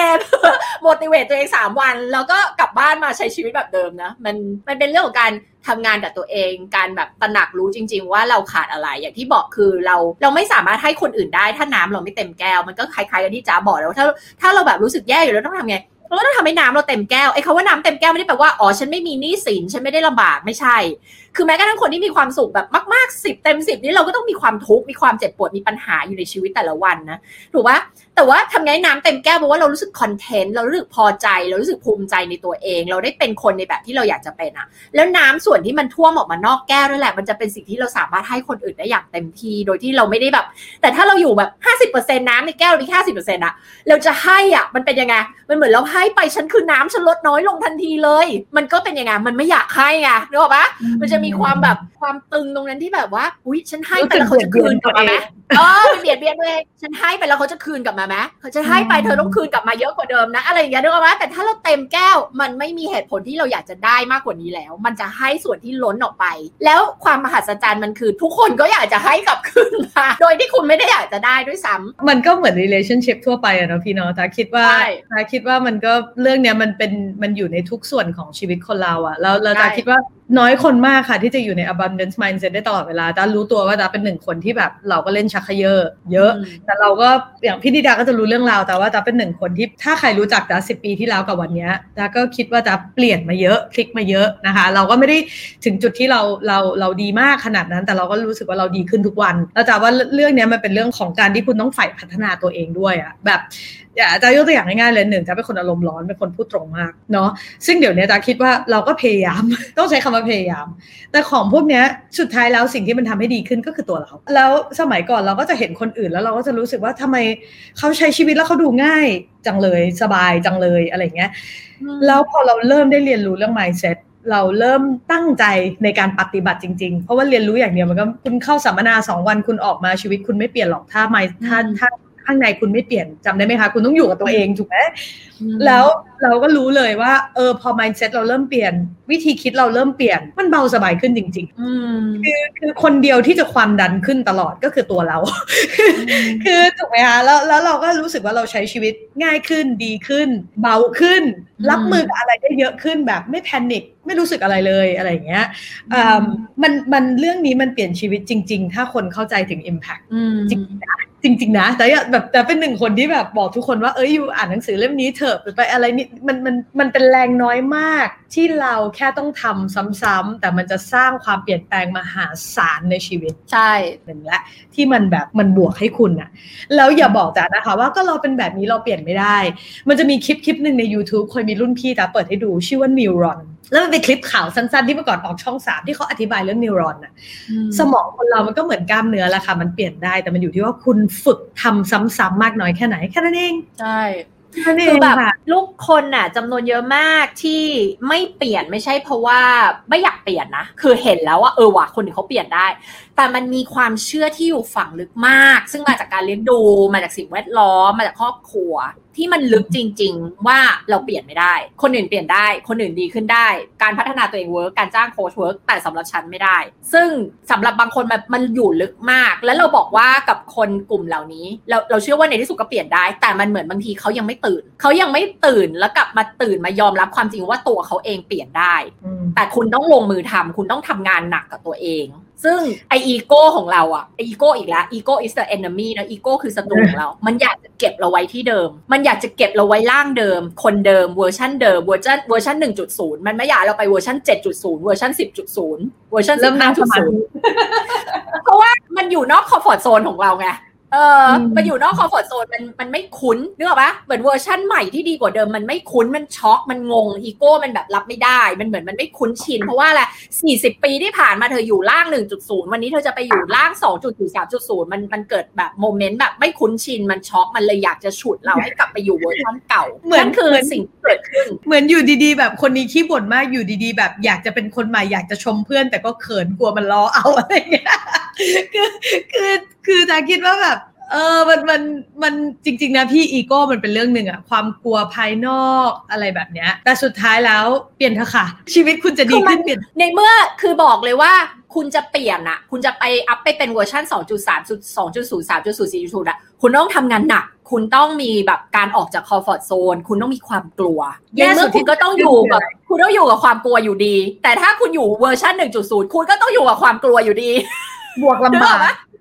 motivate ตัวเอง3วันแล้วก็กลับบ้านมาใช้ชีวิตแบบเดิมนะมันเป็นเรื่องของการทำงานกับตัวเองการแบบตระหนักรู้จริงๆว่าเราขาดอะไรอย่างที่บอกคือเราไม่สามารถให้คนอื่นได้ถ้าน้ำเราไม่เต็มแก้วมันก็คล้ายๆกันที่จ๋าบอกแล้วถ้าเราแบบรู้สึกแย่อยู่แล้วต้องทำไงเราก็ต้องทำให้น้ำเราเต็มแก้วไอ้คำว่าน้ำเต็มแก้วไม่ได้แปลว่าอ๋อฉันไม่มีหนี้สินฉันไม่ได้ลำบากไม่ใช่คือแม้กระทั่งคนที่มีความสุขแบบมากๆ10 เต็ม 10นี่เราก็ต้องมีความทุกข์มีความเจ็บปวดมีปัญหาอยู่ในชีวิตแต่ละวันนะถูกปะแต่ว่าทำไงน้ำเต็มแก้วเพราะว่าเรารู้สึกคอนเทนต์เรารู้สึกพอใจเรารู้สึกภูมิใจในตัวเองเราได้เป็นคนในแบบที่เราอยากจะเป็นอะแล้วน้ำส่วนที่มันท่วมออกมานอกแก้วนั่นแหละมันจะเป็นสิ่งที่เราสามารถให้คนอื่นได้อย่างเต็มที่โดยที่เราไม่ได้แบบแต่ถ้าเราอยู่แบบ 50% น้ำในแก้วมีแค่ 50% อะเราจะให้อะมันเป็นยังไงมันเหมือนเราให้ไปฉันคือน้ำฉันลดน้อยลงทันทีเลยมันก็เป็นยังไงมันไม่อยากให้ไงนึกออกปะมันจะมีความแบบความตึงตรงนั้นที่แบบว่าอุ๊ยฉันให้ไปแล้วเขาจะคืนกลับมาไหมเบียดเบียนเลยฉันให้ไปแล้วเขาจะคืนกลับมาไหมเขาจะให้ไปเธอต้องคืนกลับมาเยอะกว่าเดิมนะอะไรอย่างเงี้ยนึกออกปะแต่ถ้าเราเต็มแก้วมันไม่มีเหตุผลที่เราอยากจะได้มากกว่านี้แล้วมันจะให้ส่วนที่ล้นออกไปแล้วความมหัศจรรย์มันคือทุกคนก็อยากจะให้กลับคืนมาโดยที่คุณไม่ได้อยากจะได้ด้วยซ้ำมันก็เหมือน relationship ทั่วไปอะเนาะพี่เนาะแต่คิดว่ามันก็เรื่องเนี้ยมันอยู่ในทุกส่วนของชีวิตคนเราอะแล้วจะคิดว่าน้อยคนมากค่ะที่จะอยู่ใน abundance mindset ได้ตลอดเวลาแต่รู้ตัวว่าจะเป็นหนึ่งคนที่แบบเราก็เล่นชักเขย่อเยอะแต่เราก็อย่างพี่นิดาก็จะรู้เรื่องราวแต่ว่าจะเป็นหนึ่งคนที่ถ้าใครรู้จักจะ10 ปีที่แล้วกับวันนี้จะก็คิดว่าจะเปลี่ยนมาเยอะคลิกมาเยอะนะคะเราก็ไม่ได้ถึงจุดที่เราดีมากขนาดนั้นแต่เราก็รู้สึกว่าเราดีขึ้นทุกวันแล้วจะว่าเรื่องนี้มันเป็นเรื่องของการที่คุณต้องใฝ่พัฒนาตัวเองด้วยอะแบบจะยกตัวอย่างง่ายๆเลยหนึ่งจะเป็นคนอารมณ์ร้อนเป็นคนพูดตรงมากเนาะซึ่งเดี๋ยวนี้จะคิดว่าเราก็พยายามต้องใช้คำว่าพยายามแต่ของพวกนี้สุดท้ายแล้วสิ่งที่มันทำให้ดีขึ้นก็คือตัวเราแล้วสมัยก่อนเราก็จะเห็นคนอื่นแล้วเราก็จะรู้สึกว่าทำไมเขาใช้ชีวิตแล้วเขาดูง่ายจังเลยสบายจังเลยอะไรเงี้ยแล้วพอเราเริ่มได้เรียนรู้เรื่อง mindset เราเริ่มตั้งใจในการปฏิบัติจริงๆเพราะว่าเรียนรู้อย่างเดียวมันก็คุณเข้าสัมมนา2 วันคุณออกมาชีวิตคุณไม่เปลี่ยนหรอกถ้าข้างในคุณไม่เปลี่ยนจำได้ไหมคะคุณต้องอยู่กับตัวเองถูกไหมแล้วเราก็รู้เลยว่าพอ mindset เราเริ่มเปลี่ยนวิธีคิดเราเริ่มเปลี่ยนมันเบาสบายขึ้นจริงๆคือคนเดียวที่จะความดันขึ้นตลอดก็คือตัวเราคือถูกไหมคะแล้วเราก็รู้สึกว่าเราใช้ชีวิตง่ายขึ้นดีขึ้นเบาขึ้นรับมือกับอะไรได้เยอะขึ้นแบบไม่แพนิคไม่รู้สึกอะไรเลยอะไรอย่างเงี้ยมันเรื่องนี้มันเปลี่ยนชีวิตจริงๆถ้าคนเข้าใจถึง impact จริงๆนะแต่เป็นหนึ่งคนที่แบบบอกทุกคนว่าอยู่อ่านหนังสือเล่มนี้เถอะไปอะไรนี่มันเป็นแรงน้อยมากที่เราแค่ต้องทำซ้ำๆแต่มันจะสร้างความเปลี่ยนแปลงมหาศาลในชีวิตใช่นั่นแหละที่มันแบบมันบวกให้คุณอะแล้วอย่าบอกจ้ะนะคะว่าก็เราเป็นแบบนี้เราเปลี่ยนไม่ได้มันจะมีคลิปนึงใน YouTube เคยมีรุ่นพี่แต่เปิดให้ดูชื่อว่า Neuronแล้วมันเป็นคลิปข่าวสั้นๆที่เมื่อก่อนออกช่อง3ที่เขาอธิบายเรื่องนิวรอนน่ะสมองคนเรามันก็เหมือนกล้ามเนื้อแหละค่ะมันเปลี่ยนได้แต่มันอยู่ที่ว่าคุณฝึกทำซ้ำๆมากน้อยแค่ไหนแค่นั้นเองใช่คือแบบลูกคนน่ะจำนวนเยอะมากที่ไม่เปลี่ยนไม่ใช่เพราะว่าไม่อยากเปลี่ยนนะคือเห็นแล้วว่าว่ะคนอื่นเขาเปลี่ยนได้แต่มันมีความเชื่อที่อยู่ฝังลึกมากซึ่งมาจากการเลี้ยงดูมาจากสิ่งแวดล้อมมาจากครอบครัวที่มันลึกจริงๆว่าเราเปลี่ยนไม่ได้คนอื่นเปลี่ยนได้คนอื่นดีขึ้นได้การพัฒนาตัวเองเวิร์กการจ้างโค้ชเวิร์กแต่สำหรับฉันไม่ได้ซึ่งสำหรับบางคนมันอยู่ลึกมากแล้วเราบอกว่ากับคนกลุ่มเหล่านี้เราเชื่อว่าในที่สุดก็เปลี่ยนได้แต่มันเหมือนบางทีเขายังไม่ตื่นแล้วกลับมาตื่นมายอมรับความจริงว่าตัวเขาเองเปลี่ยนได้แต่คุณต้องลงมือทำคุณต้องทำงานหนักกับตัวเองซึ่งไออีโก้ของเราอะไออีโก้อีกแล้ว ego is the enemy นะอีโก้คือศัตรูของเรามันอยากจะเก็บเราไว้ที่เดิมมันอยากจะเก็บเราไว้ร่างเดิมคนเดิมเวอร์ชันเดิมเวอร์ชัน 1.0 มันไม่อยากเราไปเวอร์ชัน 7.0 เวอร์ชัน 10.0 เวอร์ชัน 15.0 เพราะว่ามันอยู่นอกคอมฟอร์ตโซนของเราไงมันอยู่นอกคอมฟอร์ตโซนมันไม่คุ้นนึกออกปะเหมือนเวอร์ชั่นใหม่ที่ดีกว่าเดิมมันไม่คุ้นมันช็อกมันงงอีโก้มันแบบรับไม่ได้มันเหมือนมันไม่คุ้นชินเพราะว่าอะไร40 ปีที่ผ่านมาเธออยู่ล่าง 1.0 วันนี้เธอจะไปอยู่ล่าง 2.0 3.0 มันเกิดแบบโมเมนต์แบบไม่คุ้นชินมันช็อกมันเลยอยากจะฉุดเราให้กลับไปอยู่เวอร์ชั่นเก่านั่นคือสิ่งที่เกิดขึ้นเหมือนอยู่ดีๆแบบคนนี้ขี้บ่นมากอยู่ดีๆแบบอยากจะเป็นคนใหม่อยากจะชมเพื่อนแต่ก็เขินกลัวมันล้อเอาอะไรอย่างเงี้ยคือจะคิดว่าแบบมันจริงๆนะพี่อีโก้มันเป็นเรื่องนึงอะความกลัวภายนอกอะไรแบบเนี้ยแต่สุดท้ายแล้วเปลี่ยนเถอะค่ะชีวิตคุณจะดีขึ้นเปลี่ยนในเมื่อคือบอกเลยว่าคุณจะเปลี่ยนอะคุณจะไปอัพไปเป็นเวอร์ชัน 2.3 2.0 3.0 4.0 อะคุณต้องทำงานหนักคุณต้องมีแบบการออกจากคอมฟอร์ตโซนคุณต้องมีความกลัวในเมื่อคุณก็ต้องอยู่กับคุณต้องอยู่กับความกลัวอยู่ดีแต่ถ้าคุณอยู่เวอร์ชัน 1.0 คุณก็ต้องอยู่กับความกลัวอยู่ดีบวกลำบาก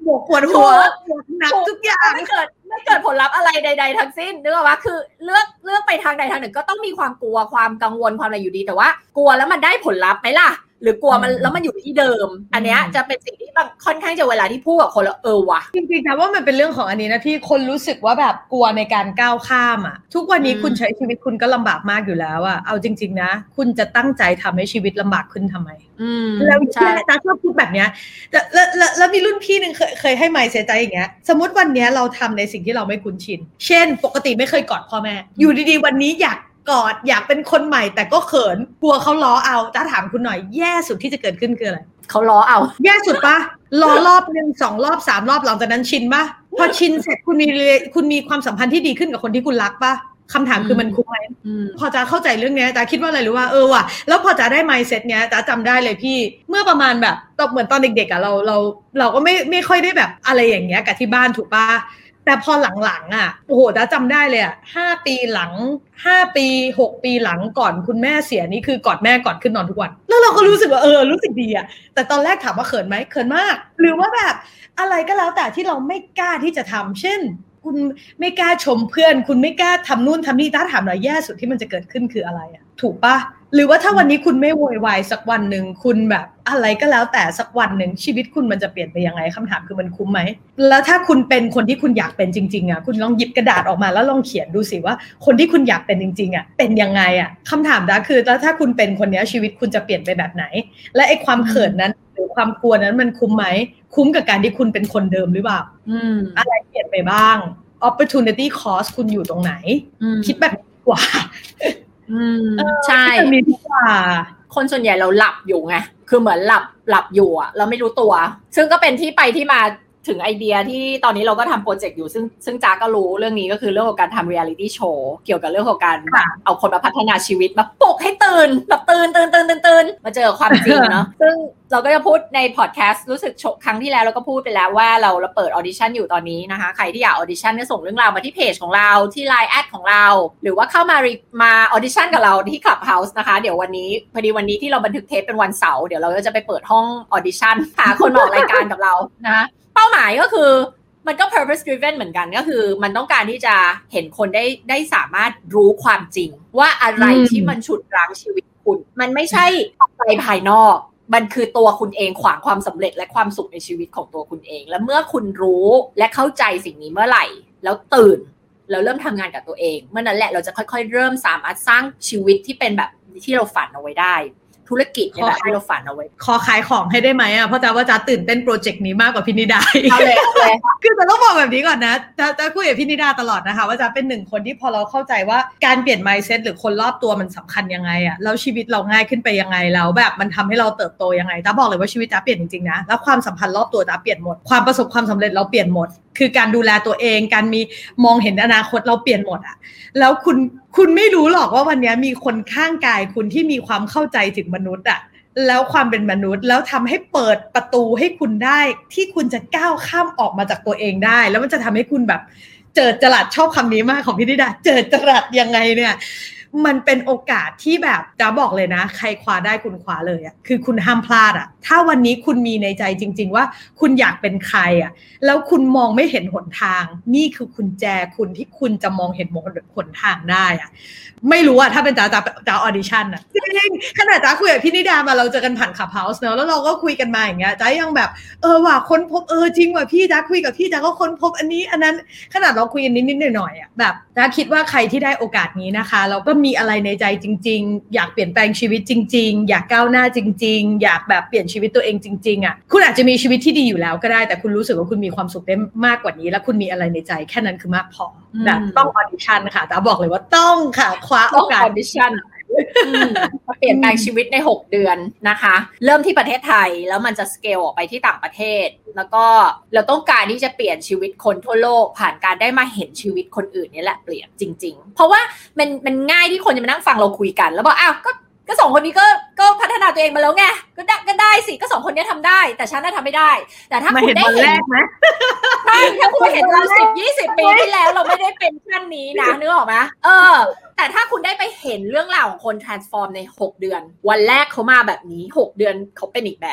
ปวดหัวหนักทุกอย่างไม่เกิดผลลัพธ์อะไรใดๆทั้งสิ้นนึกออกปะคือเลือกไปทางใดทางหนึ่งก็ต้องมีความกลัวความกังวลความอะไรอยู่ดีแต่ว่ากลัวแล้วมันได้ผลลัพธ์ไหมล่ะหรือกลัวมันแล้วมันอยู่ที่เดิมอันเนี้ยจะเป็นสิ่งที่ค่อนข้างจะเวลาที่พูดกับคนแล้วว่ะจริงๆนะว่ามันเป็นเรื่องของอันนี้นะพี่คนรู้สึกว่าแบบกลัวในการก้าวข้ามอ่ะทุกวันนี้คุณใช้ชีวิตคุณก็ลำบากมากอยู่แล้วอ่ะเอาจริงๆนะคุณจะตั้งใจทำให้ชีวิตลำบากขึ้นทำไมแล้วใช่ตาชอบพูดแบบเนี้ยแล้วมีรุ่นพี่นึงเคยให้ไมค์เสียใจอย่างเงี้ยสมมติวันนี้เราทำในสิ่งที่เราไม่คุ้นชินเช่นปกติไม่เคยกอดพ่อแม่อยู่ดีๆวันนี้อยากกอดอยากเป็นคนใหม่แต่ก็เขินกลัวเขาล้อเอาจะถามคุณหน่อยแย่สุดที่จะเกิดขึ้นคืออะไรเขาล้อเอาแย่สุดปะล้อรอบนึง2 รอบ3 รอบหลังจากนั้นชินปะพอชินเสร็จคุณมีความสัมพันธ์ที่ดีขึ้นกับคนที่คุณรักปะคำถามคือมันคุ้มไหมพอจะเข้าใจเรื่องนี้จะคิดว่าอะไรรู้ว่าว่ะแล้วพอจะได้ mindset เนี้ยจะจำได้เลยพี่เมื่อประมาณแบบเหมือนตอนเด็กๆอ่ะเราก็ไม่ค่อยได้แบบอะไรอย่างเงี้ยกับที่บ้านถูกปะแต่พอหลังๆอ่ะโอ้โหจะจำได้เลยอ่ะ5 ปีหลัง5 ปี6 ปีหลังก่อนคุณแม่เสียนี่คือกอดแม่กอดขึ้นนอนทุกวันแล้วเราก็รู้สึกว่ารู้สึกดีอ่ะแต่ตอนแรกถามว่าเขินไหมเขินมากหรือว่าแบบอะไรก็แล้วแต่ที่เราไม่กล้าที่จะทำเช่นคุณไม่กล้าชมเพื่อนคุณไม่กล้าทำนู่นทำนี่ถ้าถามหน่อยแย่สุดที่มันจะเกิดขึ้นคืออะไรอ่ะถูกปะหรือว่าถ้าวันนี้คุณไม่โวยวายสักวันหนึ่งคุณแบบอะไรก็แล้วแต่สักวันหนึ่งชีวิตคุณมันจะเปลี่ยนไปยังไงคำถามคือมันคุ้มไหมแล้วถ้าคุณเป็นคนที่คุณอยากเป็นจริงๆอ่ะคุณลองหยิบกระดาษออกมาแล้วลองเขียนดูสิว่าคนที่คุณอยากเป็นจริงๆอ่ะเป็นยังไงอ่ะคำถามนะคือแล้วถ้าคุณเป็นคนนี้ชีวิตคุณจะเปลี่ยนไปแบบไหนและไอ้ความเขินนั้นหรือความกลัวนั้นมันคุ้มไหมคุ้มกับการที่คุณเป็นคนเดิมหรือเปล่าอะไรเปลี่ยนไปบ้าง opportunity cost คุณอยู่ตรงไหนคิดแบบกว่าใช่คนส่วนใหญ่เราหลับอยู่ไงคือเหมือนหลับอยู่อะเราไม่รู้ตัวซึ่งก็เป็นที่ไปที่มาถึงไอเดียที่ตอนนี้เราก็ทำโปรเจกต์อยู่ซึ่งจ๊าก็รู้เรื่องนี้ก็คือเรื่องของการทำเรียลิตี้โชว์เกี่ยวกับเรื่องของการเอาคนมาพัฒนาชีวิตมาปลุกให้ตื่นแบบตื่นมาเจอความจริงเนาะซึ่งเราก็จะพูดในพอดแคสต์รู้สึกครั้งที่แล้วเราก็พูดไปแล้วว่าเราเปิดออดิชั่นอยู่ตอนนี้นะคะใครที่อยากออดิชั่นก็ส่งเรื่องราวมาที่เพจของเราที่ Line แอดของเราหรือว่าเข้ามาออดิชั่นกับเราที่ Clubhouse นะคะเดี๋ยววันนี้พอดีวันนี้ที่เราบันทึกเทปเป็นวันเสาร์เดี๋ยวเราก็จะไปเปิดห้องออดิชั่นหาคนมาออกรายการกับเรานะเป้าหมายก็คือมันก็ purpose driven เหมือนกันก็คือมันต้องการที่จะเห็นคนได้สามารถรู้ความจริงว่าอะไรที่มันฉุดรั้งชีวิตคุณมันไม่ใช่ไปภายนอกมันคือตัวคุณเองขวางความสำเร็จและความสุขในชีวิตของตัวคุณเองและเมื่อคุณรู้และเข้าใจสิ่งนี้เมื่อไหร่แล้วตื่นแล้วเริ่มทำงานกับตัวเองเมื่อนั้นแหละเราจะค่อยๆเริ่มสามารถสร้างชีวิตที่เป็นแบบที่เราฝันเอาไว้ได้ธุรกิจในแบบที่เราฝันเอาไว้ขอขายของให้ได้ไหมอ่ะเพราะว่าจะตื่นเต้นโปรเจกต์นี้มากกว่าพี่นิดาเอาเลยคือแต่ต้องบอกแบบนี้ก่อนนะจะคุยกับพี่นิดาตลอดนะคะว่าจะเป็นหนึ่งคนที่พอเราเข้าใจว่าการเปลี่ยน mindset หรือคนรอบตัวมันสำคัญยังไงอ่ะแล้วชีวิตเราง่ายขึ้นไปยังไงแล้วแบบมันทำให้เราเติบโตยังไงจะบอกเลยว่าชีวิตจะเปลี่ยนจริงๆนะแล้วความสัมพันธ์รอบตัวจะเปลี่ยนหมดความประสบความสำเร็จเราเปลี่ยนหมดคือการดูแลตัวเองการมีมองเห็นอนาคตเราเปลี่ยนหมดอ่ะแล้วคุณไม่รู้หรอกว่าวันนี้มีคนข้างกายคุณที่มีความเข้าใจถึงมนุษย์อ่ะแล้วความเป็นมนุษย์แล้วทำให้เปิดประตูให้คุณได้ที่คุณจะก้าวข้ามออกมาจากตัวเองได้แล้วมันจะทำให้คุณแบบเจิดจรัสชอบคำนี้มากของพี่นิดาเจิดจรัสยังไงเนี่ยมันเป็นโอกาสที่แบบจะบอกเลยนะใครคว้าได้คุณคว้าเลยอ่ะคือคุณห้ามพลาดอ่ะถ้าวันนี้คุณมีในใจจริงๆว่าคุณอยากเป็นใครอ่ะแล้วคุณมองไม่เห็นหนทางนี่คือกุญแจคุณที่คุณจะมองเห็นหนทางได้อ่ะไม่รู้อะถ้าเป็นจ๋าออดิชั่นอะจริงขนาดจ๋าคุยกับพี่นิดามาเราเจอกันผ่าน Clubhouse เนอะแล้วเราก็คุยกันมาอย่างเงี้ยจ๋ายังแบบว่ะค้นพบจริงว่ะพี่จ๋าคุยกับพี่จ๋าก็ค้นพบอันนี้อันนั้นขนาดเราคุยกันนิดๆหน่อยๆอะแบบจ๋าคิดว่าใครที่ได้โอกาสนี้นะคะเราก็มีอะไรในใจจริงๆอยากเปลี่ยนแปลงชีวิตจริงๆอยากก้าวหน้าจริงๆอยากแบบเปลี่ยนชีวิตตัวเองจริงๆอะคุณอาจจะมีชีวิตที่ดีอยู่แล้วก็ได้แต่คุณรู้สึกว่าคุณมีความสุขได้มากกว่านี้และคุณมีอะไรในใจแค่นั้นคือมากพอนะต้องออดิชั่นค่ะจ๋าบอกเลยว่าต้องค่ะคว้าโอกาสออดิชั่นเปลี่ยนแปลงชีวิตใน6เดือนนะคะเริ่มที่ประเทศไทยแล้วมันจะสเกลออกไปที่ต่างประเทศแล้วก็เราต้องการที่จะเปลี่ยนชีวิตคนทั่วโลกผ่านการได้มาเห็นชีวิตคนอื่นนี่แหละเปลี่ยนจริงๆเพราะว่ามันง่ายที่คนจะมานั่งฟังเราคุยกันแล้วบอกอ้าวก็2คนนี้ก็พัฒนาตัวเองมาแล้วไงก็ได้สิก็2คนนี้ทำได้แต่ฉันน่ะทำไม่ได้แต่ถ้าคุณได้เห็นใช่ถ้าคุณเห็นเรา10-20 ปีที่แล้วเราไม่ได้เป็นขั้นนี้นะนึกออกไหมแต่ถ้าคุณได้ไปเห็นเรื่องราวของคน transform ใน6เดือนวันแรกเขามาแบบนี้6เดือนเขาเป็นอีกแบบ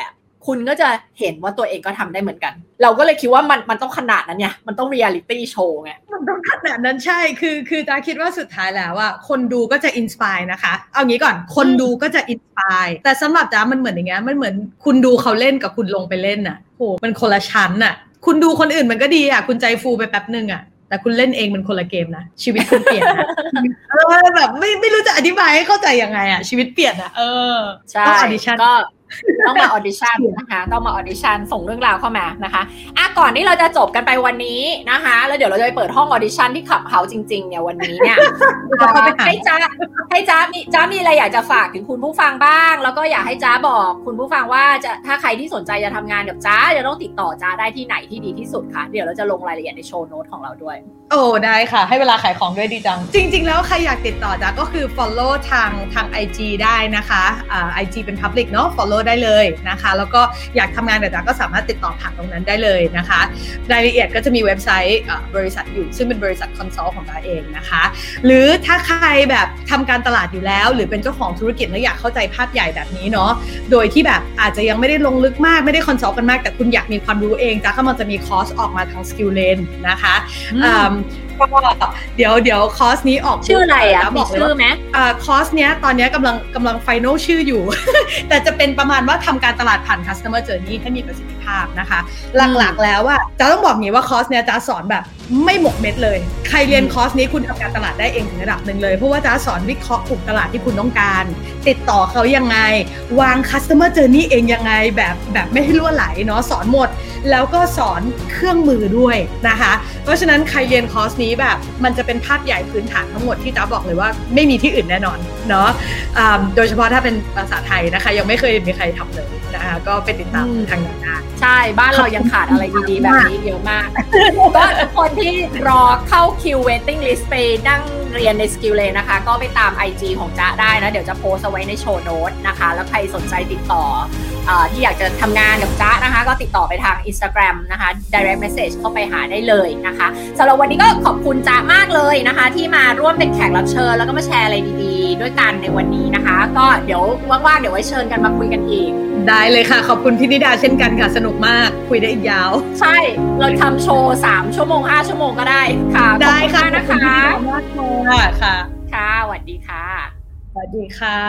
คุณก็จะเห็นว่าตัวเองก็ทำได้เหมือนกันเราก็เลยคิดว่ามันต้องขนาดนั้นเนี่ยมันต้องเรียลิตี้โชว์ไงมันต้องขนาดนั้นใช่คือตาคิดว่าสุดท้ายแล้วว่าคนดูก็จะอินสไปร์นะคะเอางี้ก่อนคนดูก็จะอินสไปร์แต่สำหรับจ้ามันเหมือนอย่างเงี้ยมันเหมือนคุณดูเขาเล่นกับคุณลงไปเล่นน่ะโหมันคนละชั้นน่ะคุณดูคนอื่นมันก็ดีอ่ะคุณใจฟูไปแป๊บนึงอ่ะแต่คุณเล่นเองมันคนละเกมนะชีวิตคุณเปลี่ยนนะแบบไม่รู้จะอธิบายให้เข้าใจยังไงอ่ะชีวิตเปลี่ยนอ่ะใช่ก็ต้องมาออดิชั่นนะคะต้องมาออดิชั่นส่งเรื่องราวเข้ามานะคะก่อนที่เราจะจบกันไปวันนี้นะคะแล้วเดี๋ยวเราจะไปเปิดห้องออดิชั่นที่ขับเฮาจริงๆเนี่ยวันนี้เนี่ยให้จ้ามีอะไรอยากจะฝากถึงคุณผู้ฟังบ้างแล้วก็อยากให้จ้าบอกคุณผู้ฟังว่าจะถ้าใครที่สนใจจะทำงานกับจ้าจะต้องติดต่อจ้าได้ที่ไหนที่ดีที่สุดค่ะเดี๋ยวเราจะลงรายละเอียดในโชว์โน้ตของเราด้วยโอ้ได้ค่ะให้เวลาขายของด้วยดีจังจริงๆแล้วใครอยากติดต่อจ้าก็คือ follow ทาง IG ได้นะคะIG เป็น public เนาะ follow ได้เลยนะคะแล้วก็อยากทำงานกับจ้าก็สามารถติดต่อผ่านตรงนั้นได้เลยนะคะรายละเอียดก็จะมีเว็บไซต์บริษัทอยู่ซึ่งเป็นบริษัทคอนซัลท์ของจ้าเองนะคะหรือถ้าใครแบบทำการตลาดอยู่แล้วหรือเป็นเจ้าของธุรกิจแล้วอยากเข้าใจภาพใหญ่แบบนี้เนาะโดยที่แบบอาจจะยังไม่ได้ลงลึกมากไม่ได้คอนซัลท์กันมากแต่คุณอยากมีความรู้เองจ้าก็มันจะมีคอร์สออกมาทาง Skillane นะคะก็เดี๋ยวคอร์สนี้ออกชื่ออะไรอ่ะมีชื่อไหมคอร์สเนี้ยตอนนี้กำลังไฟนอลชื่ออยู่ แต่จะเป็นประมาณว่าทำการตลาดผ่าน customer journey ให้มีประสิทธิภาพนะคะหลักๆแล้วว่าจะต้องบอกงี้ว่าคอร์สเนี้ยจะสอนแบบไม่หมกเม็ดเลยใครเรียนคอร์สนี้คุณทำการตลาดได้เองถึงระดับนึงเลยเพราะว่าจะสอนวิเคราะห์กลุ่มตลาดที่คุณต้องการติดต่อเขายังไงวาง customer journey เองยังไงแบบไม่ให้รั่วไหลเนาะสอนหมดแล้วก็สอนเครื่องมือด้วยนะคะเพราะฉะนั้นใครเรียนคอร์สนี้แบบมันจะเป็นภาพใหญ่พื้นฐานทั้งหมดที่จ๊าบอกเลยว่าไม่มีที่อื่นแน่นอนเนาะโดยเฉพาะถ้าเป็นภาษาไทยนะคะยังไม่เคยมีใครทำเลยนะคะก็ไปติดตามทางนั้นได้ใช่บ้านเรายังขาดอะไรดีๆแบบนี้เยอะมากก็ทุกคนที่รอเข้าคิว waiting list ไปนั่งเรียนใน Skillane นะคะก็ไปตาม IG ของจ๊ะได้นะเดี๋ยวจะโพสเอาไว้ในโชว์โน้ตนะคะแล้วใครสนใจติดต่อที่อยากจะทำงานกับจ๊ะนะคะก็ติดต่อไปทาง Instagram นะคะ direct message เข้าไปหาได้เลยนะคะสำหรับวันนี้ก็ขอบคุณจ๊ะมากเลยนะคะที่มาร่วมเป็นแขกรับเชิญแล้วก็มาแชร์อะไรดีๆด้วยกันในวันนี้นะคะก็เดี๋ยวว่างๆเดี๋ยวไว้เชิญกันมาคุยกันอีกได้เลยค่ะขอบคุณพี่นิดาเช่นกันค่ะสนุกมากคุยได้อีกยาวใช่เราทำโชว์3ชั่วโมง5ชั่วโมงก็ได้ค่ะได้ค่ะนะคะมากค่ะค่ะสวัสดีค่ะสวัสดีค่ะ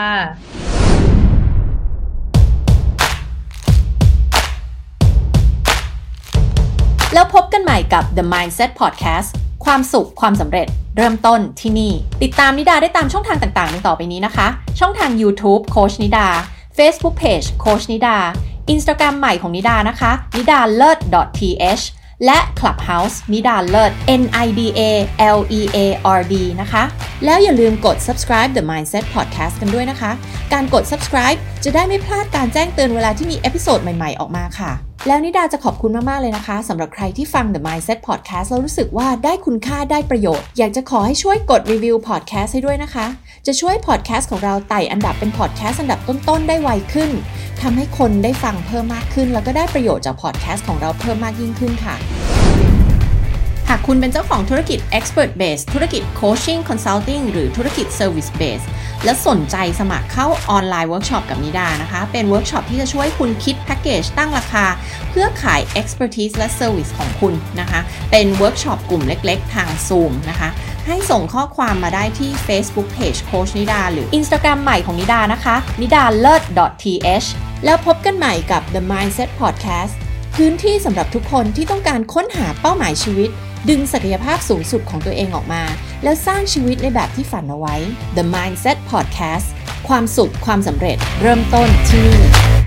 แล้วพบกันใหม่กับ The Mindset Podcast ความสุขความสำเร็จเริ่มต้นที่นี่ติดตามนิดาได้ตามช่องทางต่างๆดังต่อไปนี้นะคะช่องทาง YouTube โค้ชนิดา Facebook Page โค้ชนิดา Instagram ใหม่ของนิดานะคะนิดาเลิศ .th และ Clubhouse นิดาเลิศ NIDALEARD นะคะแล้วอย่าลืมกด subscribe The Mindset Podcast กันด้วยนะคะการกด subscribe จะได้ไม่พลาดการแจ้งเตือนเวลาที่มีเอพิโซดใหม่ๆออกมาค่ะแล้วนิดาจะขอบคุณมากๆเลยนะคะสำหรับใครที่ฟัง The Mindset Podcast แล้วรู้สึกว่าได้คุณค่าได้ประโยชน์อยากจะขอให้ช่วยกดรีวิว podcast ให้ด้วยนะคะจะช่วย podcast ของเราไต่อันดับเป็น podcast อันดับต้นๆได้ไวขึ้นทำให้คนได้ฟังเพิ่มมากขึ้นแล้วก็ได้ประโยชน์จาก podcast ของเราเพิ่มมากยิ่งขึ้นค่ะหากคุณเป็นเจ้าของธุรกิจ Expert Base ธุรกิจ Coaching Consulting หรือธุรกิจ Service Base และสนใจสมัครเข้าออนไลน์เวิร์กช็อปกับนิดานะคะเป็นเวิร์กช็อปที่จะช่วยคุณคิดแพ็กเกจตั้งราคาเพื่อขาย Expertise และ Service ของคุณนะคะเป็นเวิร์กช็อปกลุ่มเล็กๆทาง Zoom นะคะให้ส่งข้อความมาได้ที่ Facebook Page โค้ชนิดาหรือ Instagram ใหม่ของนิดานะคะนิดาเลิศ .th แล้วพบกันใหม่กับ The Mindset Podcast พื้นที่สำหรับทุกคนที่ต้องการค้นหาเป้าหมายชีวิตดึงศักยภาพสูงสุดของตัวเองออกมาแล้วสร้างชีวิตในแบบที่ฝันเอาไว้ The Mindset Podcast ความสุขความสำเร็จเริ่มต้นที่นี่